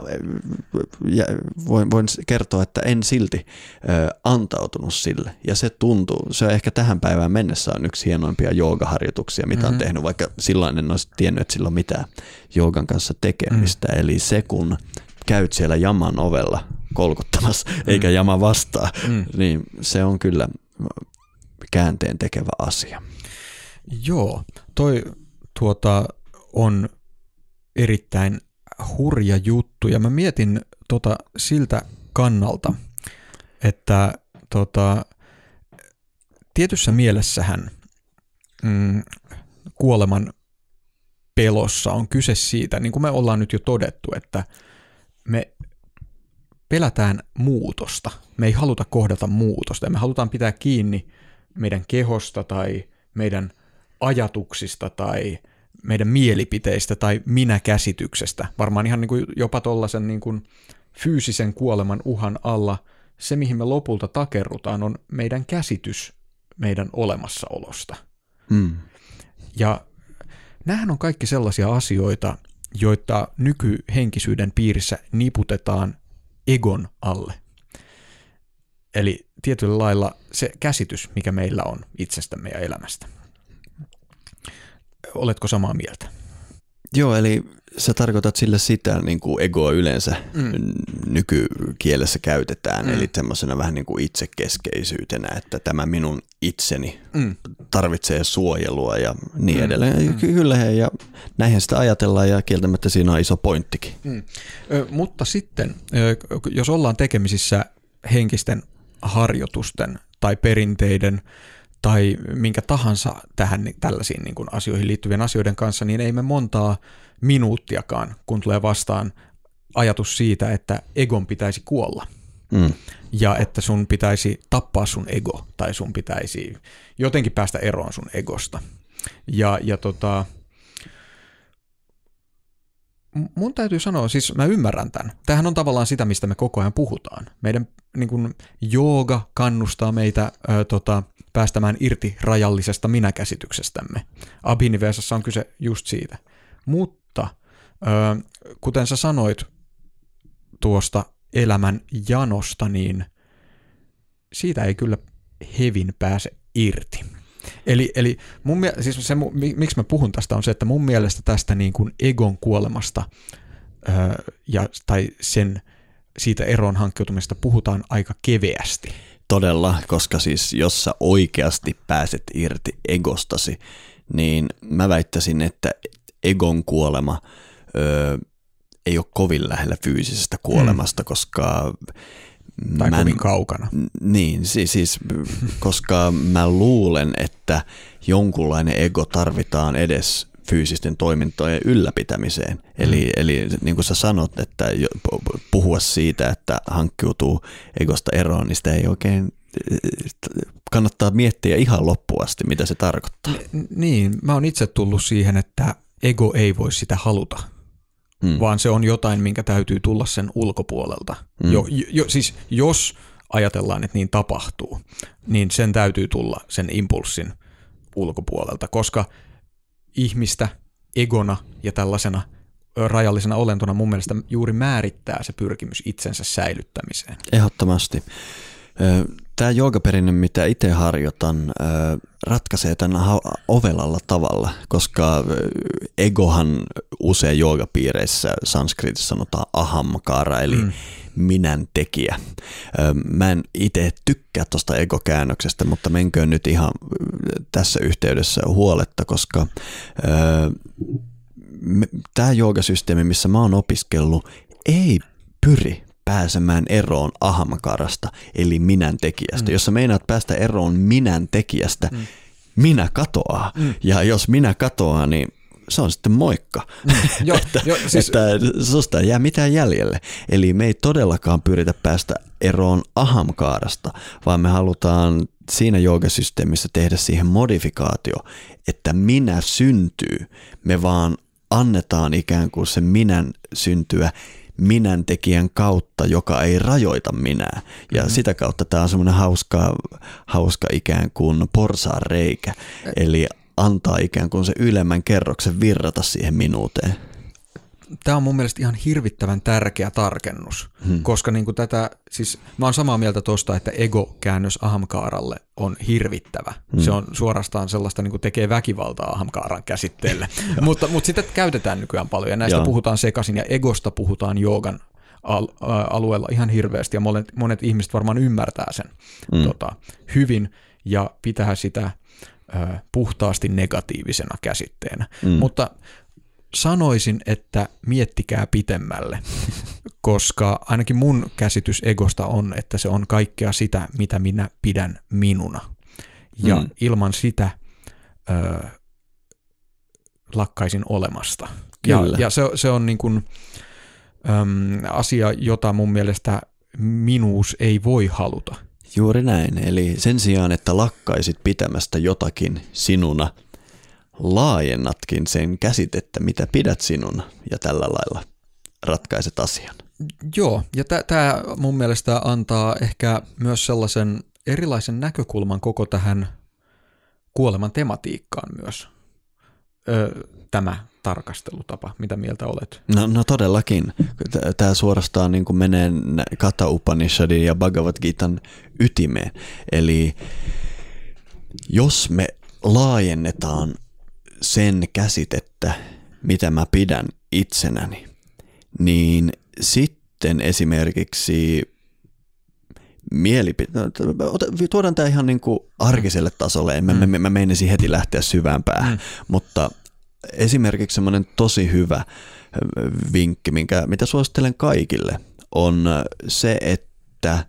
voin kertoa, että en silti antautunut sille. Ja se tuntuu, se ehkä tähän päivään mennessä on yksi hienoimpia joogaharjoituksia, mitä on tehnyt, vaikka silloin en olisi tiennyt, että sillä on mitään joogan kanssa tekemistä. Eli se, kun käyt siellä jaman ovella kolkuttamassa, eikä jama vastaa, niin se on kyllä käänteen tekevä asia. Joo, toi on erittäin hurja juttu ja mä mietin siltä kannalta, että tietyssä mielessähän kuoleman pelossa on kyse siitä, niin kuin me ollaan nyt jo todettu, että me pelätään muutosta. Me ei haluta kohdata muutosta ja me halutaan pitää kiinni meidän kehosta tai meidän ajatuksista tai meidän mielipiteistä tai minäkäsityksestä. Varmaan ihan niin kuin jopa tollaisen niin kuin fyysisen kuoleman uhan alla se, mihin me lopulta takerrutaan, on meidän käsitys meidän olemassaolosta. Ja Nämähän on kaikki sellaisia asioita, joita nykyhenkisyyden piirissä niputetaan egon alle. Eli tietyllä lailla se käsitys, mikä meillä on itsestämme ja elämästä. Oletko samaa mieltä? Joo, eli sä tarkoitat sillä sitä, niin kuin egoa yleensä nykykielessä käytetään, eli semmoisena vähän niin kuin itsekeskeisyytenä, että tämä minun itseni tarvitsee suojelua ja niin edelleen. Kyllä, ja näinhän sitä ajatellaan ja kieltämättä siinä on iso pointtikin. Mutta sitten, jos ollaan tekemisissä henkisten harjoitusten tai perinteiden tai minkä tahansa tällaisiin niin kuin asioihin liittyvien asioiden kanssa, niin ei me montaa minuuttiakaan, kun tulee vastaan ajatus siitä, että egon pitäisi kuolla. Ja että sun pitäisi tappaa sun ego, tai sun pitäisi jotenkin päästä eroon sun egosta. Mun täytyy sanoa, siis mä ymmärrän tämän. Tämähän on tavallaan sitä, mistä me koko ajan puhutaan. Meidän niin kuin, jooga kannustaa meitä päästämään irti rajallisesta minäkäsityksestämme. Abhinivesassa on kyse just siitä. Mutta kuten sä sanoit tuosta elämän janosta, niin siitä ei kyllä hevin pääse irti. Eli siis miksi mä puhun tästä on se, että mun mielestä tästä niin kuin egon kuolemasta tai siitä eroon hankkiutumista puhutaan aika keveästi. Todella, koska siis jos sä oikeasti pääset irti egostasi, niin mä väittäisin, että egon kuolema ei ole kovin lähellä fyysisestä kuolemasta, koska tai kovin kaukana. Niin, siis koska mä luulen, että jonkunlainen ego tarvitaan edes fyysisten toimintojen ylläpitämiseen. Eli niin kuin sä sanot, että puhua siitä, että hankkiutuu egosta eroon, niin sitä ei oikein kannattaa miettiä ihan loppuun asti, mitä se tarkoittaa. Niin, mä oon itse tullut siihen, että ego ei voi sitä haluta. Vaan se on jotain, minkä täytyy tulla sen ulkopuolelta. Siis jos ajatellaan, että niin tapahtuu, niin sen täytyy tulla sen impulssin ulkopuolelta, koska ihmistä egona ja tällaisena rajallisena olentona mun mielestä juuri määrittää se pyrkimys itsensä säilyttämiseen. Ehdottomasti. Tämä joogaperinne, mitä itse harjoitan, ratkaisee tämän ovelalla tavalla, koska egohan usein joogapiireissä sanskritissa sanotaan ahamkara, eli minän tekijä. Mä en itse tykkää tuosta egokäännöksestä, mutta menköön nyt ihan tässä yhteydessä huoletta, koska tämä joogasysteemi, missä mä oon opiskellut, ei pyri pääsemään eroon ahamkarasta, eli minän tekijästä. Jos sä meinaat päästä eroon minän tekijästä, minä katoaa. Ja jos minä katoaa, niin se on sitten moikka. Että susta ei jää mitään jäljelle. Eli me ei todellakaan pyritä päästä eroon ahamkaarasta, vaan me halutaan siinä joogasysteemissä tehdä siihen modifikaatio, että minä syntyy. Me vaan annetaan ikään kuin sen minän syntyä minän tekijän kautta, joka ei rajoita minää. Ja sitä kautta tämä on semmoinen hauska ikään kuin porsaanreikä, eli antaa ikään kuin se ylemmän kerroksen virrata siihen minuuteen. Tämä on mun mielestä ihan hirvittävän tärkeä tarkennus, koska niin kuin siis mä oon samaa mieltä tuosta, että ego-käännös ahamkaaralle on hirvittävä. Se on suorastaan sellaista, niin kuin tekee väkivaltaa ahamkaaran käsitteelle, mutta sitä käytetään nykyään paljon ja näistä puhutaan sekaisin ja egosta puhutaan joogan alueella ihan hirveästi ja monet ihmiset varmaan ymmärtää sen hyvin ja pitää sitä puhtaasti negatiivisena käsitteenä, mutta sanoisin, että miettikää pitemmälle, koska ainakin mun käsitys egosta on, että se on kaikkea sitä, mitä minä pidän minuna. Ja ilman sitä lakkaisin olemasta. Ja se on niin kuin, asia, jota mun mielestä minuus ei voi haluta. Juuri näin. Eli sen sijaan, että lakkaisit pitämästä jotakin sinuna, laajennatkin sen käsitettä, mitä pidät sinuna, ja tällä lailla ratkaiset asian. Joo, ja tämä mun mielestä antaa ehkä myös sellaisen erilaisen näkökulman koko tähän kuoleman tematiikkaan myös. tämä tarkastelutapa? Mitä mieltä olet? No todellakin. Tämä suorastaan niin kuin menee Katha Upanishadin ja Bhagavad Gitan ytimeen. Eli jos me laajennetaan sen käsitettä, mitä mä pidän itsenäni, niin sitten esimerkiksi tuodaan tämä ihan niin kuin arkiselle tasolle. Mä meinasin heti lähteä syvään päähän, mutta esimerkiksi semmoinen tosi hyvä vinkki, mitä suosittelen kaikille, on se, että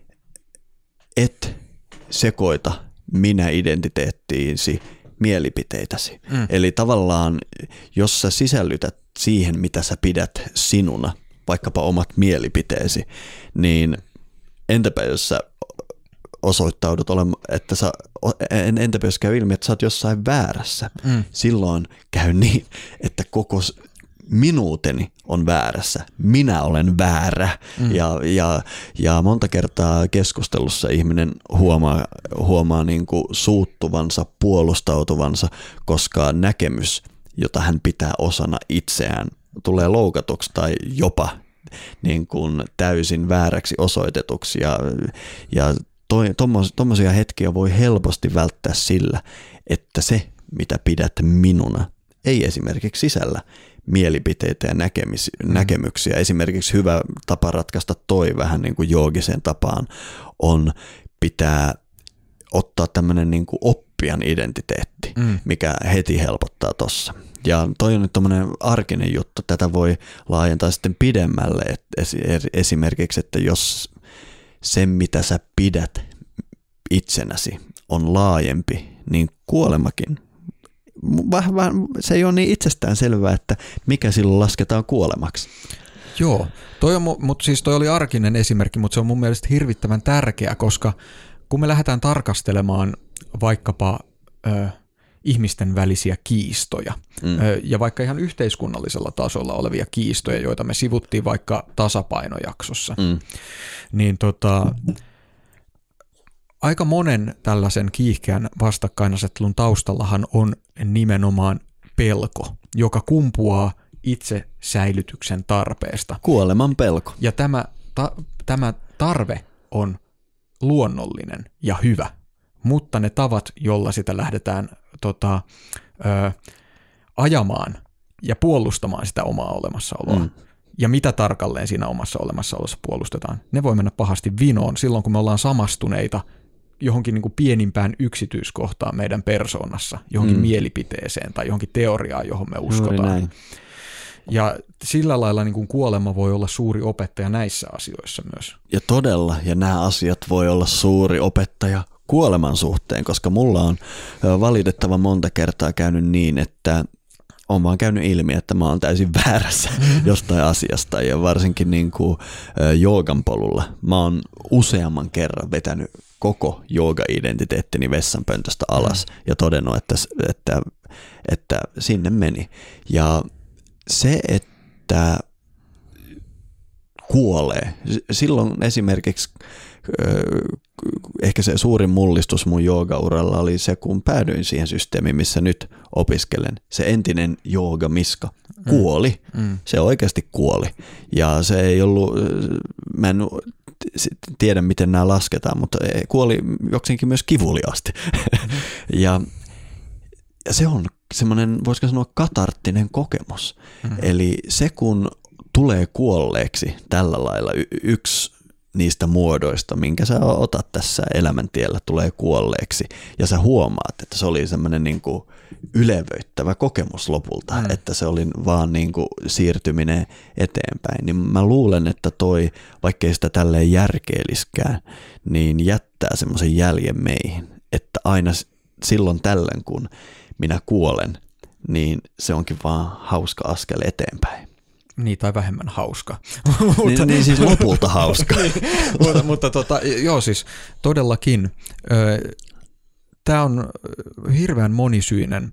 et sekoita minä-identiteettiisi mielipiteitäsi. Eli tavallaan, jos sä sisällytät siihen, mitä sä pidät sinuna, vaikkapa omat mielipiteesi, niin entäpä jos sä osoittaudut olemaan, että entäpä jos käy ilmi, että sä oot jossain väärässä, silloin käy niin, että koko minuuteni on väärässä. Minä olen väärä. Ja monta kertaa keskustelussa ihminen huomaa niin kuin suuttuvansa, puolustautuvansa, koska näkemys, jota hän pitää osana itseään, tulee loukatuksi tai jopa niin kuin täysin vääräksi osoitetuksi. Ja tommosia hetkiä voi helposti välttää sillä, että se, mitä pidät minuna, ei esimerkiksi sisällä mielipiteitä ja näkemyksiä. Esimerkiksi hyvä tapa ratkaista toi vähän niin kuin joogiseen tapaan on pitää ottaa tämmöinen niin kuin oppijan identiteetti, mikä heti helpottaa tossa. Ja toi on nyt tommoinen arkinen juttu. Tätä voi laajentaa sitten pidemmälle. Esimerkiksi, että jos se, mitä sä pidät itsenäsi, on laajempi, niin kuolemakin. Se ei ole niin itsestään selvää, että mikä silloin lasketaan kuolemaksi. Joo, mutta siis toi oli arkinen esimerkki, mutta se on mun mielestä hirvittävän tärkeä, koska kun me lähdetään tarkastelemaan vaikkapa ihmisten välisiä kiistoja ja vaikka ihan yhteiskunnallisella tasolla olevia kiistoja, joita me sivuttiin vaikka tasapainojaksossa, niin aika monen tällaisen kiihkeän vastakkainasettelun taustallahan on nimenomaan pelko, joka kumpuaa itse säilytyksen tarpeesta. Kuoleman pelko. Ja tämä tarve on luonnollinen ja hyvä, mutta ne tavat, jolla sitä lähdetään ajamaan ja puolustamaan sitä omaa olemassaoloa, ja mitä tarkalleen siinä omassa olemassaolossa puolustetaan, ne voi mennä pahasti vinoon silloin, kun me ollaan samastuneita johonkin niin kuin pienimpään yksityiskohtaan meidän persoonassa, johonkin mielipiteeseen tai johonkin teoriaan, johon me uskotaan. Ja sillä lailla niin kuin kuolema voi olla suuri opettaja näissä asioissa myös. Ja todella, ja nämä asiat voi olla suuri opettaja kuoleman suhteen, koska mulla on valitettavan monta kertaa käynyt niin, että on vaan käynyt ilmi, että mä oon täysin väärässä jostain asiasta, ja varsinkin niin kuin joogan polulla. Mä oon useamman kerran vetänyt koko jooga-identiteettini vessanpöntöstä alas ja todennut, että sinne meni. Ja se, että kuolee, silloin esimerkiksi ehkä se suurin mullistus mun joogauralla oli se, kun päädyin siihen systeemiin, missä nyt opiskelen. Se entinen joogamiska kuoli. Se oikeasti kuoli. Ja se ei ollut, mä en tiedä miten nämä lasketaan, mutta kuoli jokseenkin myös kivuliaasti. Ja se on semmoinen, voisiko sanoa, katarttinen kokemus. Eli se, kun tulee kuolleeksi tällä lailla, yksi niistä muodoista, minkä sä otat tässä elämäntiellä, tulee kuolleeksi, ja sä huomaat, että se oli semmoinen niin kuin ylevöittävä kokemus lopulta, että se oli vaan niin kuin siirtyminen eteenpäin, niin mä luulen, että toi, vaikkei sitä tälleen järkeiliskään, niin jättää semmoisen jäljen meihin, että aina silloin tällöin, kun minä kuolen, niin se onkin vaan hauska askel eteenpäin. Niin, tai vähemmän hauska. niin siis lopulta hauska. mutta joo, siis todellakin. Tämä on hirveän monisyinen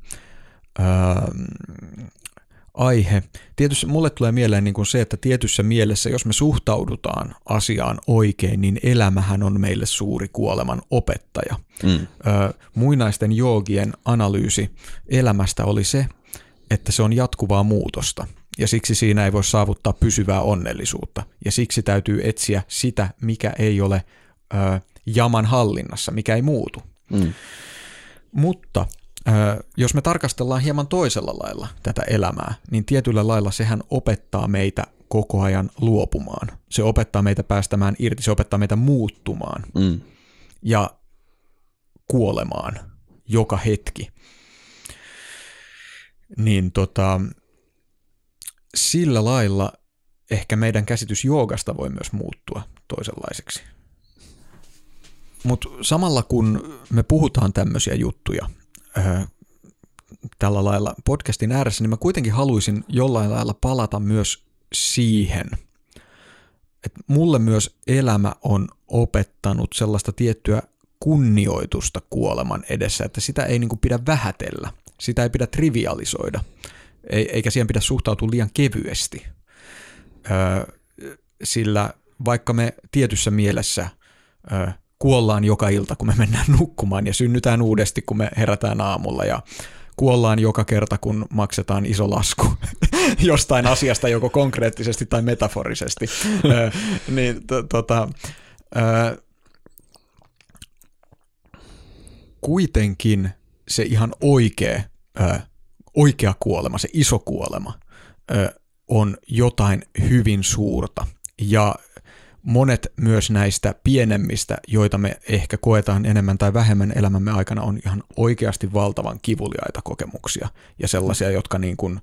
aihe. Tietysti mulle tulee mieleen niin kuin se, että tietyssä mielessä, jos me suhtaudutaan asiaan oikein, niin elämähän on meille suuri kuoleman opettaja. Muinaisten joogien analyysi elämästä oli se, että se on jatkuvaa muutosta ja siksi siinä ei voi saavuttaa pysyvää onnellisuutta ja siksi täytyy etsiä sitä, mikä ei ole jaman hallinnassa, mikä ei muutu. Mutta jos me tarkastellaan hieman toisella lailla tätä elämää, niin tietyllä lailla sehän opettaa meitä koko ajan luopumaan. Se opettaa meitä päästämään irti, se opettaa meitä muuttumaan ja kuolemaan joka hetki. Niin sillä lailla ehkä meidän käsitys joogasta voi myös muuttua toisenlaiseksi. Mutta samalla kun me puhutaan tämmöisiä juttuja tällä lailla podcastin ääressä, niin mä kuitenkin haluaisin jollain lailla palata myös siihen, että mulle myös elämä on opettanut sellaista tiettyä kunnioitusta kuoleman edessä, että sitä ei niinku pidä vähätellä, sitä ei pidä trivialisoida, eikä siihen pidä suhtautua liian kevyesti, sillä vaikka me tietyssä mielessä kuollaan joka ilta, kun me mennään nukkumaan ja synnytään uudesti, kun me herätään aamulla ja kuollaan joka kerta, kun maksetaan iso lasku jostain asiasta, joko konkreettisesti tai metaforisesti. Niin, kuitenkin se ihan oikea kuolema, se iso kuolema, on jotain hyvin suurta ja monet myös näistä pienemmistä, joita me ehkä koetaan enemmän tai vähemmän elämämme aikana, on ihan oikeasti valtavan kivuliaita kokemuksia ja sellaisia, jotka niin kuin,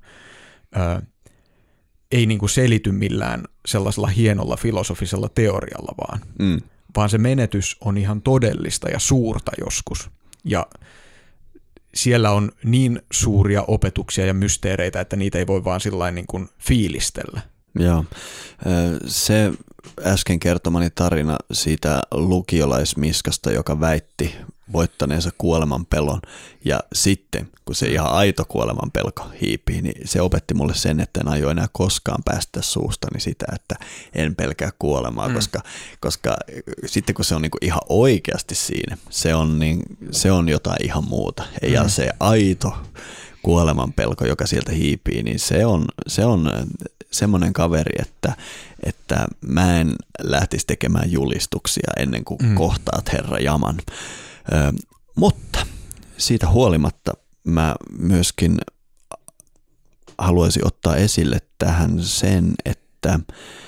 ei niin kuin selity millään sellaisella hienolla filosofisella teorialla vaan se menetys on ihan todellista ja suurta joskus. Ja siellä on niin suuria opetuksia ja mysteereitä, että niitä ei voi vaan sillain niin kuin fiilistellä. Joo, se äsken kertomani tarina siitä lukiolaismiskasta, joka väitti voittaneensa kuolemanpelon ja sitten kun se ihan aito kuolemanpelko hiipii, niin se opetti mulle sen, että en aio enää koskaan päästä suustani sitä, että en pelkää kuolemaa, koska sitten kun se on niinku ihan oikeasti siinä, se on jotain ihan muuta ja se aito kuolemanpelko, joka sieltä hiipii, niin se on semmoinen kaveri, että mä en lähtisi tekemään julistuksia ennen kuin kohtaat Herra Jaman. Mutta siitä huolimatta mä myöskin haluaisin ottaa esille tähän sen, että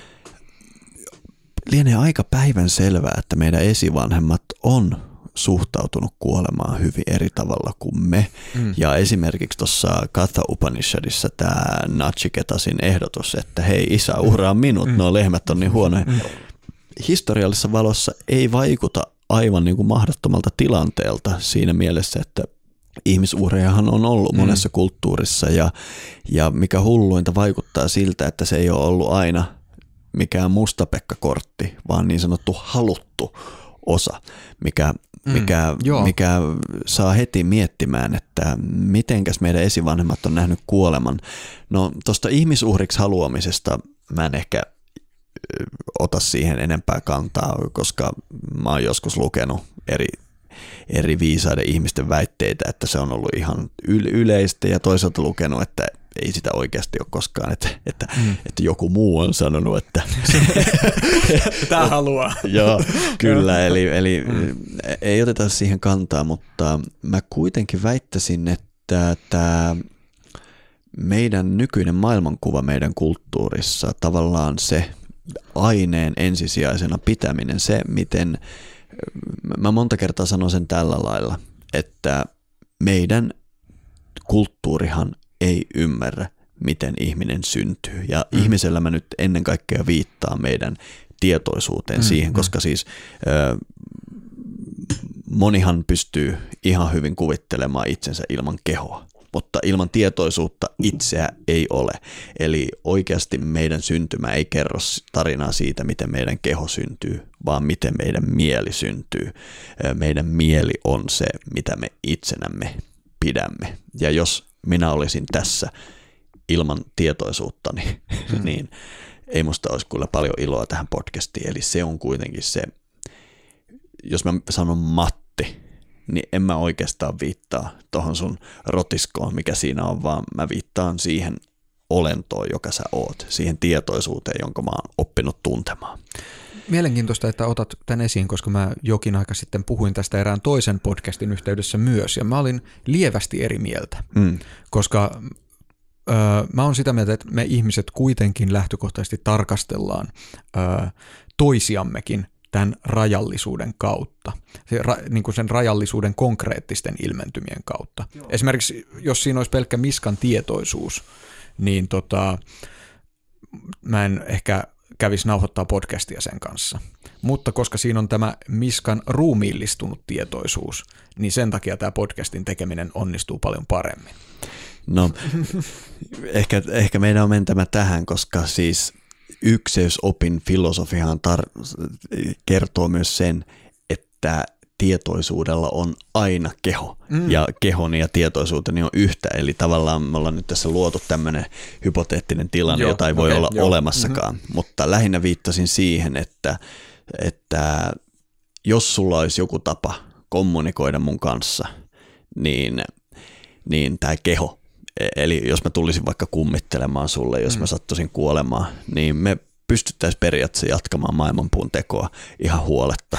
lienee aika päivän selvää, että meidän esivanhemmat on suhtautunut kuolemaan hyvin eri tavalla kuin me. Ja esimerkiksi tuossa Katha Upanishadissa tämä Nachiketasin ehdotus, että hei isä, uhraa minut, nuo lehmät on niin huonoja. Historiallisessa valossa ei vaikuta aivan niin kuin mahdottomalta tilanteelta siinä mielessä, että ihmisuhrejahan on ollut monessa kulttuurissa ja mikä hulluinta vaikuttaa siltä, että se ei ole ollut aina mikään mustapekkakortti, vaan niin sanottu haluttu osa, mikä saa heti miettimään, että mitenkäs meidän esivanhemmat on nähnyt kuoleman. No tuosta ihmisuhriksi haluamisesta mä en ehkä ota siihen enempää kantaa, koska mä oon joskus lukenut eri viisaiden ihmisten väitteitä, että se on ollut ihan yleistä ja toisaalta lukenut, että ei sitä oikeasti ole koskaan, että joku muu on sanonut, että tämä haluaa. Joo, kyllä, eli ei oteta siihen kantaa, mutta mä kuitenkin väittäisin, että tämä meidän nykyinen maailmankuva meidän kulttuurissa, tavallaan se aineen ensisijaisena pitäminen, se miten, mä monta kertaa sanon sen tällä lailla, että meidän kulttuurihan ei ymmärrä, miten ihminen syntyy. Ja ihmisellä mä nyt ennen kaikkea viittaan meidän tietoisuuteen siihen, koska siis monihan pystyy ihan hyvin kuvittelemaan itsensä ilman kehoa, mutta ilman tietoisuutta itseä ei ole. Eli oikeasti meidän syntymä ei kerro tarinaa siitä, miten meidän keho syntyy, vaan miten meidän mieli syntyy. Meidän mieli on se, mitä me itsenämme pidämme. Ja jos minä olisin tässä ilman tietoisuuttani, niin ei musta olisi kyllä paljon iloa tähän podcastiin. Eli se on kuitenkin se, jos mä sanon Matti, niin en mä oikeastaan viittaa tohon sun rotiskoon, mikä siinä on, vaan mä viittaan siihen olentoon, joka sä oot, siihen tietoisuuteen, jonka mä oon oppinut tuntemaan. Mielenkiintoista, että otat tämän esiin, koska mä jokin aika sitten puhuin tästä erään toisen podcastin yhteydessä myös, ja mä olin lievästi eri mieltä, koska mä oon sitä mieltä, että me ihmiset kuitenkin lähtökohtaisesti tarkastellaan toisiammekin tämän rajallisuuden kautta, niin kuin sen rajallisuuden konkreettisten ilmentymien kautta. Joo. Esimerkiksi jos siinä olisi pelkkä Miskan tietoisuus, niin mä en ehkä kävisi nauhoittaa podcastia sen kanssa. Mutta koska siinä on tämä Miskan ruumiillistunut tietoisuus, niin sen takia tämä podcastin tekeminen onnistuu paljon paremmin. No, ehkä meidän on mentämä tähän, koska siis ykseysopin filosofiahan kertoo myös sen, että tietoisuudella on aina keho, ja kehoni ja tietoisuuteni on yhtä, eli tavallaan me ollaan nyt tässä luotu tämmöinen hypoteettinen tilanne, jota ei voi olla olemassakaan, mutta lähinnä viittasin siihen, että jos sulla olisi joku tapa kommunikoida mun kanssa, niin tämä keho, eli jos mä tulisin vaikka kummittelemaan sulle, jos mä sattuisin kuolemaan, niin me pystyttäisiin periaatteessa jatkamaan maailmanpuun tekoa ihan huoletta.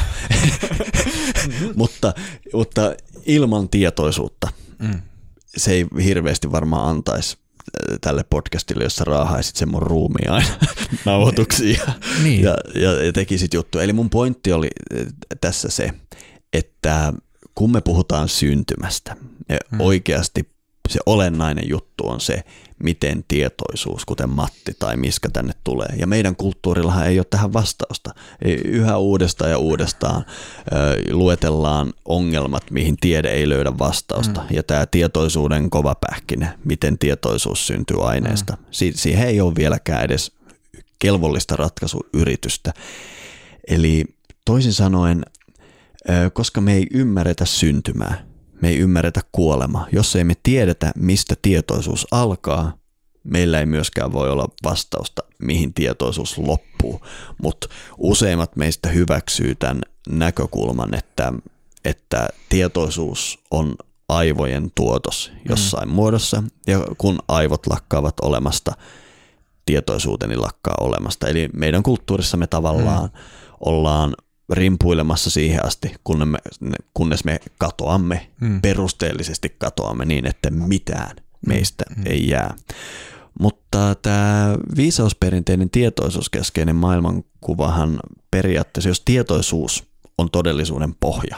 mutta ilman tietoisuutta se ei hirveästi varmaan antaisi tälle podcastille, jossa raahaisit sen mun ruumiin aina nauhoituksiin ja tekisit juttuja. Eli mun pointti oli tässä se, että kun me puhutaan syntymästä, oikeasti se olennainen juttu on se, miten tietoisuus, kuten Matti tai Miska tänne tulee. Ja meidän kulttuurillahan ei ole tähän vastausta. Yhä uudestaan ja uudestaan luetellaan ongelmat, mihin tiede ei löydä vastausta. Ja tämä tietoisuuden kova pähkinä, miten tietoisuus syntyy aineesta. Siihen ei ole vieläkään edes kelvollista ratkaisuyritystä. Eli toisin sanoen, koska me ei ymmärretä syntymää, me ei ymmärretä kuolemaa. Jos ei me tiedetä, mistä tietoisuus alkaa, meillä ei myöskään voi olla vastausta, mihin tietoisuus loppuu. Mutta useimmat meistä hyväksyy tämän näkökulman, että tietoisuus on aivojen tuotos jossain muodossa, ja kun aivot lakkaavat olemasta, tietoisuuteni lakkaa olemasta. Eli meidän kulttuurissa me tavallaan ollaan rimpuilemassa siihen asti, kunnes me katoamme, perusteellisesti katoamme niin, että mitään meistä ei jää. Mutta tämä viisausperinteinen tietoisuuskeskeinen maailmankuvahan periaatteessa, jos tietoisuus on todellisuuden pohja,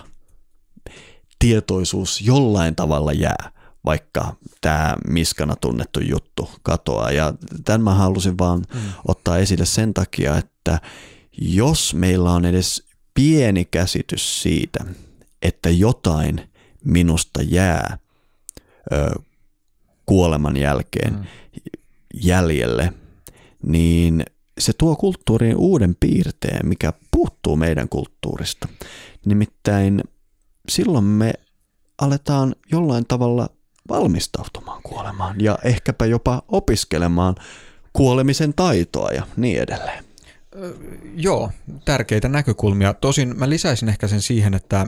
tietoisuus jollain tavalla jää, vaikka tämä Miskana tunnettu juttu katoaa. Ja tämän mä halusin vaan ottaa esille sen takia, että jos meillä on edes pieni käsitys siitä, että jotain minusta jää kuoleman jälkeen jäljelle, niin se tuo kulttuuriin uuden piirteen, mikä puuttuu meidän kulttuurista. Nimittäin silloin me aletaan jollain tavalla valmistautumaan kuolemaan ja ehkäpä jopa opiskelemaan kuolemisen taitoa ja niin edelleen. Joo, tärkeitä näkökulmia. Tosin mä lisäisin ehkä sen siihen, että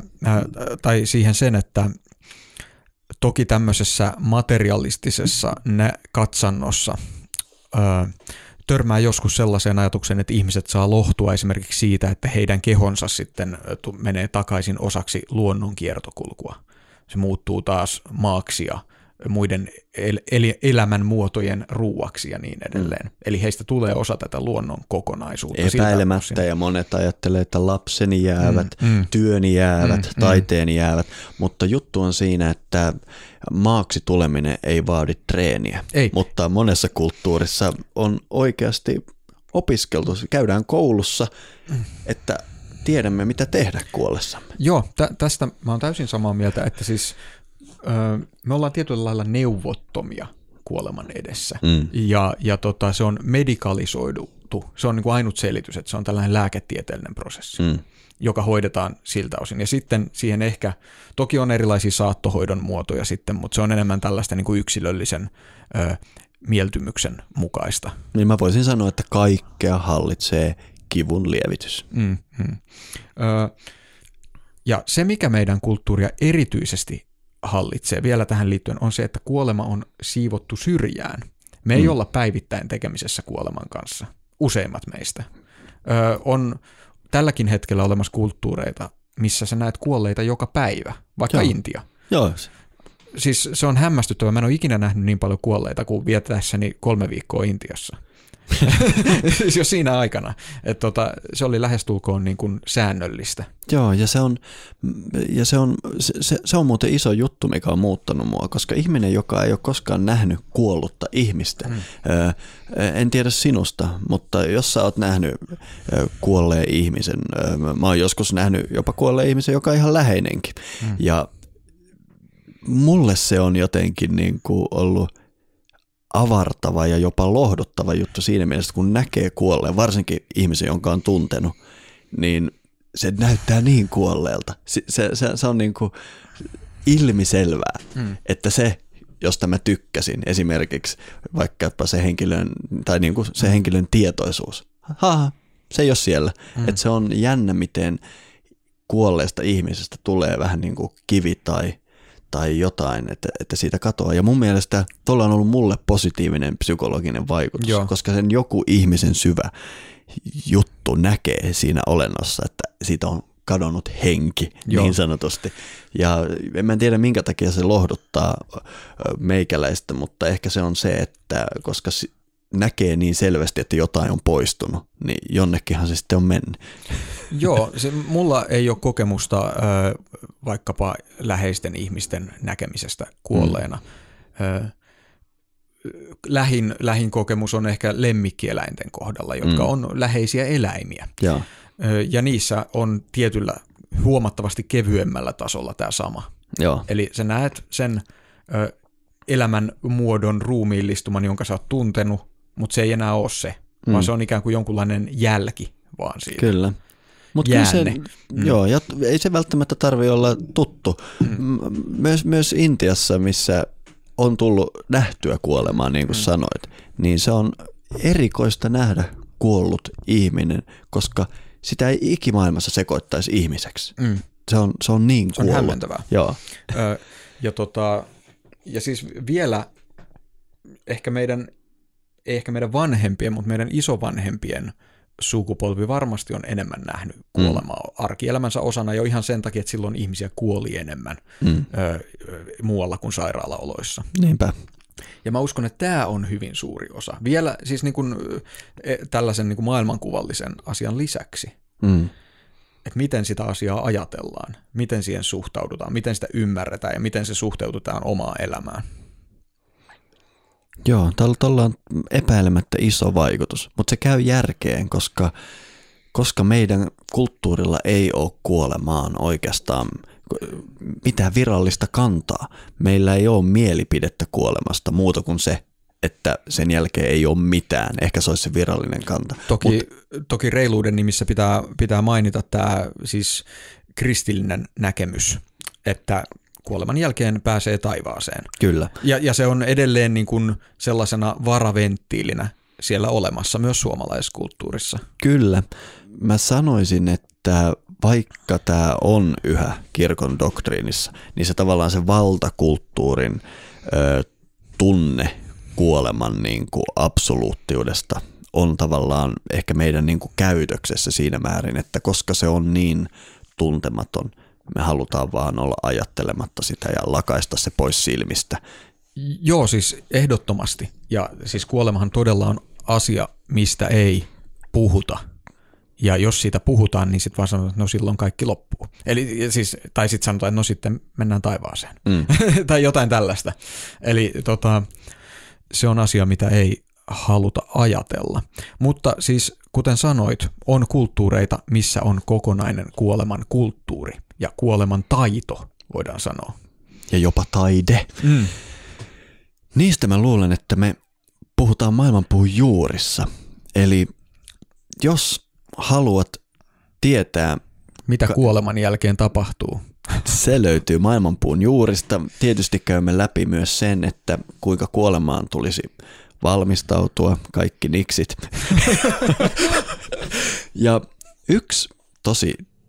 toki tämmöisessä materialistisessa katsannossa törmää joskus sellaiseen ajatukseen, että ihmiset saa lohtua esimerkiksi siitä, että heidän kehonsa sitten menee takaisin osaksi luonnon kiertokulkua. Se muuttuu taas maaksi ja muiden elämänmuotojen ruuaksi ja niin edelleen. Eli heistä tulee osa tätä luonnon kokonaisuutta. Epäilemättä, ja monet ajattelee, että lapseni jäävät, työni jäävät, taiteeni jäävät, mutta juttu on siinä, että maaksi tuleminen ei vaadi treeniä, mutta monessa kulttuurissa on oikeasti opiskeltu, käydään koulussa, että tiedämme mitä tehdä kuollessamme. Joo, tästä mä oon täysin samaa mieltä, että siis me ollaan tietyllä lailla neuvottomia kuoleman edessä ja se on medikalisoiduttu. Se on niin kuin ainut selitys, että se on tällainen lääketieteellinen prosessi, joka hoidetaan siltä osin. Ja sitten siihen ehkä, toki on erilaisia saattohoidon muotoja sitten, mutta se on enemmän tällaista niin kuin yksilöllisen mieltymyksen mukaista. Niin mä voisin sanoa, että kaikkea hallitsee kivun lievitys. Ja se, mikä meidän kulttuuria erityisesti hallitsee vielä tähän liittyen, on se, että kuolema on siivottu syrjään. Me ei olla päivittäin tekemisessä kuoleman kanssa, useimmat meistä. On tälläkin hetkellä olemassa kulttuureita, missä sä näet kuolleita joka päivä, vaikka Intia. Joo. Siis se on hämmästyttävää. Mä en ole ikinä nähnyt niin paljon kuolleita kuin vietäessäni 3 viikkoa Intiassa. Siis jo siinä aikana. Että se oli lähestulkoon niin kuin säännöllistä. Joo, ja se on muuten iso juttu, mikä on muuttanut mua, koska ihminen, joka ei ole koskaan nähnyt kuollutta ihmistä, en tiedä sinusta, mutta jos sä oot nähnyt kuolleen ihmisen, mä oon joskus nähnyt jopa kuolleen ihmisen, joka on ihan läheinenkin, ja mulle se on jotenkin niin kuin ollut avartava ja jopa lohduttava juttu siinä mielessä, kun näkee kuolleen, varsinkin ihmisen, jonka on tuntenut, niin se näyttää niin kuolleelta. Se on niin kuin ilmiselvää, että se, josta mä tykkäsin, esimerkiksi vaikkapa se henkilön, tai niin kuin se henkilön tietoisuus, se ei ole siellä. Että se on jännä, miten kuolleesta ihmisestä tulee vähän niin kuin kivi tai jotain, että siitä katoaa. Ja mun mielestä tuolla on ollut mulle positiivinen psykologinen vaikutus, koska sen joku ihmisen syvä juttu näkee siinä olennossa, että siitä on kadonnut henki niin sanotusti. Ja en mä tiedä minkä takia se lohduttaa meikäläistä, mutta ehkä se on se, että koska näkee niin selvästi, että jotain on poistunut, niin jonnekinhan se sitten on mennyt. Joo, mulla ei ole kokemusta vaikkapa läheisten ihmisten näkemisestä kuolleena. Lähin kokemus on ehkä lemmikkieläinten kohdalla, jotka on läheisiä eläimiä. Ja niissä on tietyllä huomattavasti kevyemmällä tasolla tämä sama. Eli sä näet sen elämän muodon ruumiillistuman, jonka sä oot tuntenut, mutta se ei enää ole se, vaan se on ikään kuin jonkunlainen jälki vaan siitä. Kyllä. Mutta ja ei se välttämättä tarvitse olla tuttu. Myös Intiassa, missä on tullut nähtyä kuolemaa, niin kuin sanoit, niin se on erikoista nähdä kuollut ihminen, koska sitä ei ikimaailmassa sekoittaisi ihmiseksi. Se on niin kuollut. Se on hämmentävää. Joo. Ja siis vielä ehkä meidän vanhempien, mutta meidän isovanhempien sukupolvi varmasti on enemmän nähnyt kuolemaa arkielämänsä osana jo ihan sen takia, että silloin ihmisiä kuoli enemmän muualla kuin sairaalaoloissa. Niinpä. Ja mä uskon, että tämä on hyvin suuri osa. Vielä siis niin kuin tällaisen niin kuin maailmankuvallisen asian lisäksi. Että miten sitä asiaa ajatellaan, miten siihen suhtaudutaan, miten sitä ymmärretään ja miten se suhteutetaan omaan elämään. Joo, tällä on epäilemättä iso vaikutus, mutta se käy järkeen, koska meidän kulttuurilla ei ole kuolemaan oikeastaan mitään virallista kantaa. Meillä ei ole mielipidettä kuolemasta muuta kuin se, että sen jälkeen ei ole mitään. Ehkä se olisi se virallinen kanta. Toki reiluuden nimissä pitää mainita tämä siis kristillinen näkemys, että kuoleman jälkeen pääsee taivaaseen. Kyllä. Ja se on edelleen niin kuin sellaisena varaventtiilinä siellä olemassa myös suomalaiskulttuurissa. Kyllä. Mä sanoisin, että vaikka tämä on yhä kirkon doktriinissa, niin se tavallaan se valtakulttuurin tunne kuoleman niin kuin absoluuttiudesta on tavallaan ehkä meidän niin kuin käytöksessä siinä määrin, että koska se on niin tuntematon, me halutaan vaan olla ajattelematta sitä ja lakaista se pois silmistä. Joo, siis ehdottomasti. Ja siis kuolemahan todella on asia, mistä ei puhuta. Ja jos siitä puhutaan, niin sitten vaan sanotaan, että no silloin kaikki loppuu. Eli siis, tai sitten sanotaan, että no sitten mennään taivaaseen. Tai jotain tällaista. Eli se on asia, mitä ei haluta ajatella. Mutta siis, kuten sanoit, on kulttuureita, missä on kokonainen kuoleman kulttuuri ja kuoleman taito, voidaan sanoa. Ja jopa taide. Niistä mä luulen, että me puhutaan maailmanpuun juurissa. Eli jos haluat tietää, mitä kuoleman jälkeen tapahtuu, se löytyy maailmanpuun juurista. Tietysti käymme läpi myös sen, että kuinka kuolemaan tulisi valmistautua, kaikki niksit. Ja yksi tosi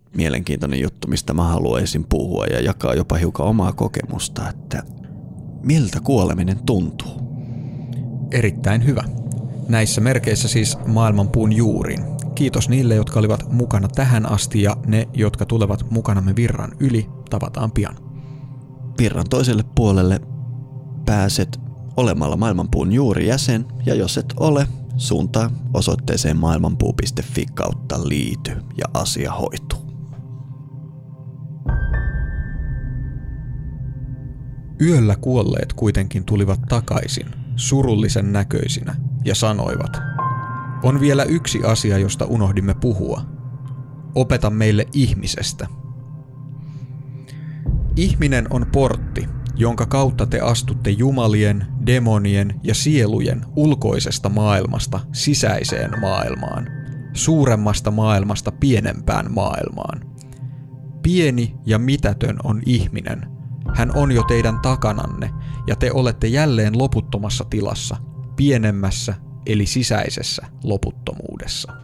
mielenkiintoinen juttu, mistä mä haluaisin puhua ja jakaa jopa hiukan omaa kokemusta, että miltä kuoleminen tuntuu. Erittäin hyvä. Näissä merkeissä siis maailmanpuun juuriin. Kiitos niille, jotka olivat mukana tähän asti ja ne, jotka tulevat mukanamme virran yli, tavataan pian. Virran toiselle puolelle pääset olemalla maailmanpuun juurijäsen ja jos et ole, suuntaa osoitteeseen maailmanpuu.fi/liity ja asia hoituu. Yöllä kuolleet kuitenkin tulivat takaisin, surullisen näköisinä, ja sanoivat: on vielä yksi asia, josta unohdimme puhua. Opeta meille ihmisestä. Ihminen on portti, jonka kautta te astutte jumalien, demonien ja sielujen ulkoisesta maailmasta sisäiseen maailmaan, suuremmasta maailmasta pienempään maailmaan. Pieni ja mitätön on ihminen. Hän on jo teidän takananne, ja te olette jälleen loputtomassa tilassa, pienemmässä eli sisäisessä loputtomuudessa.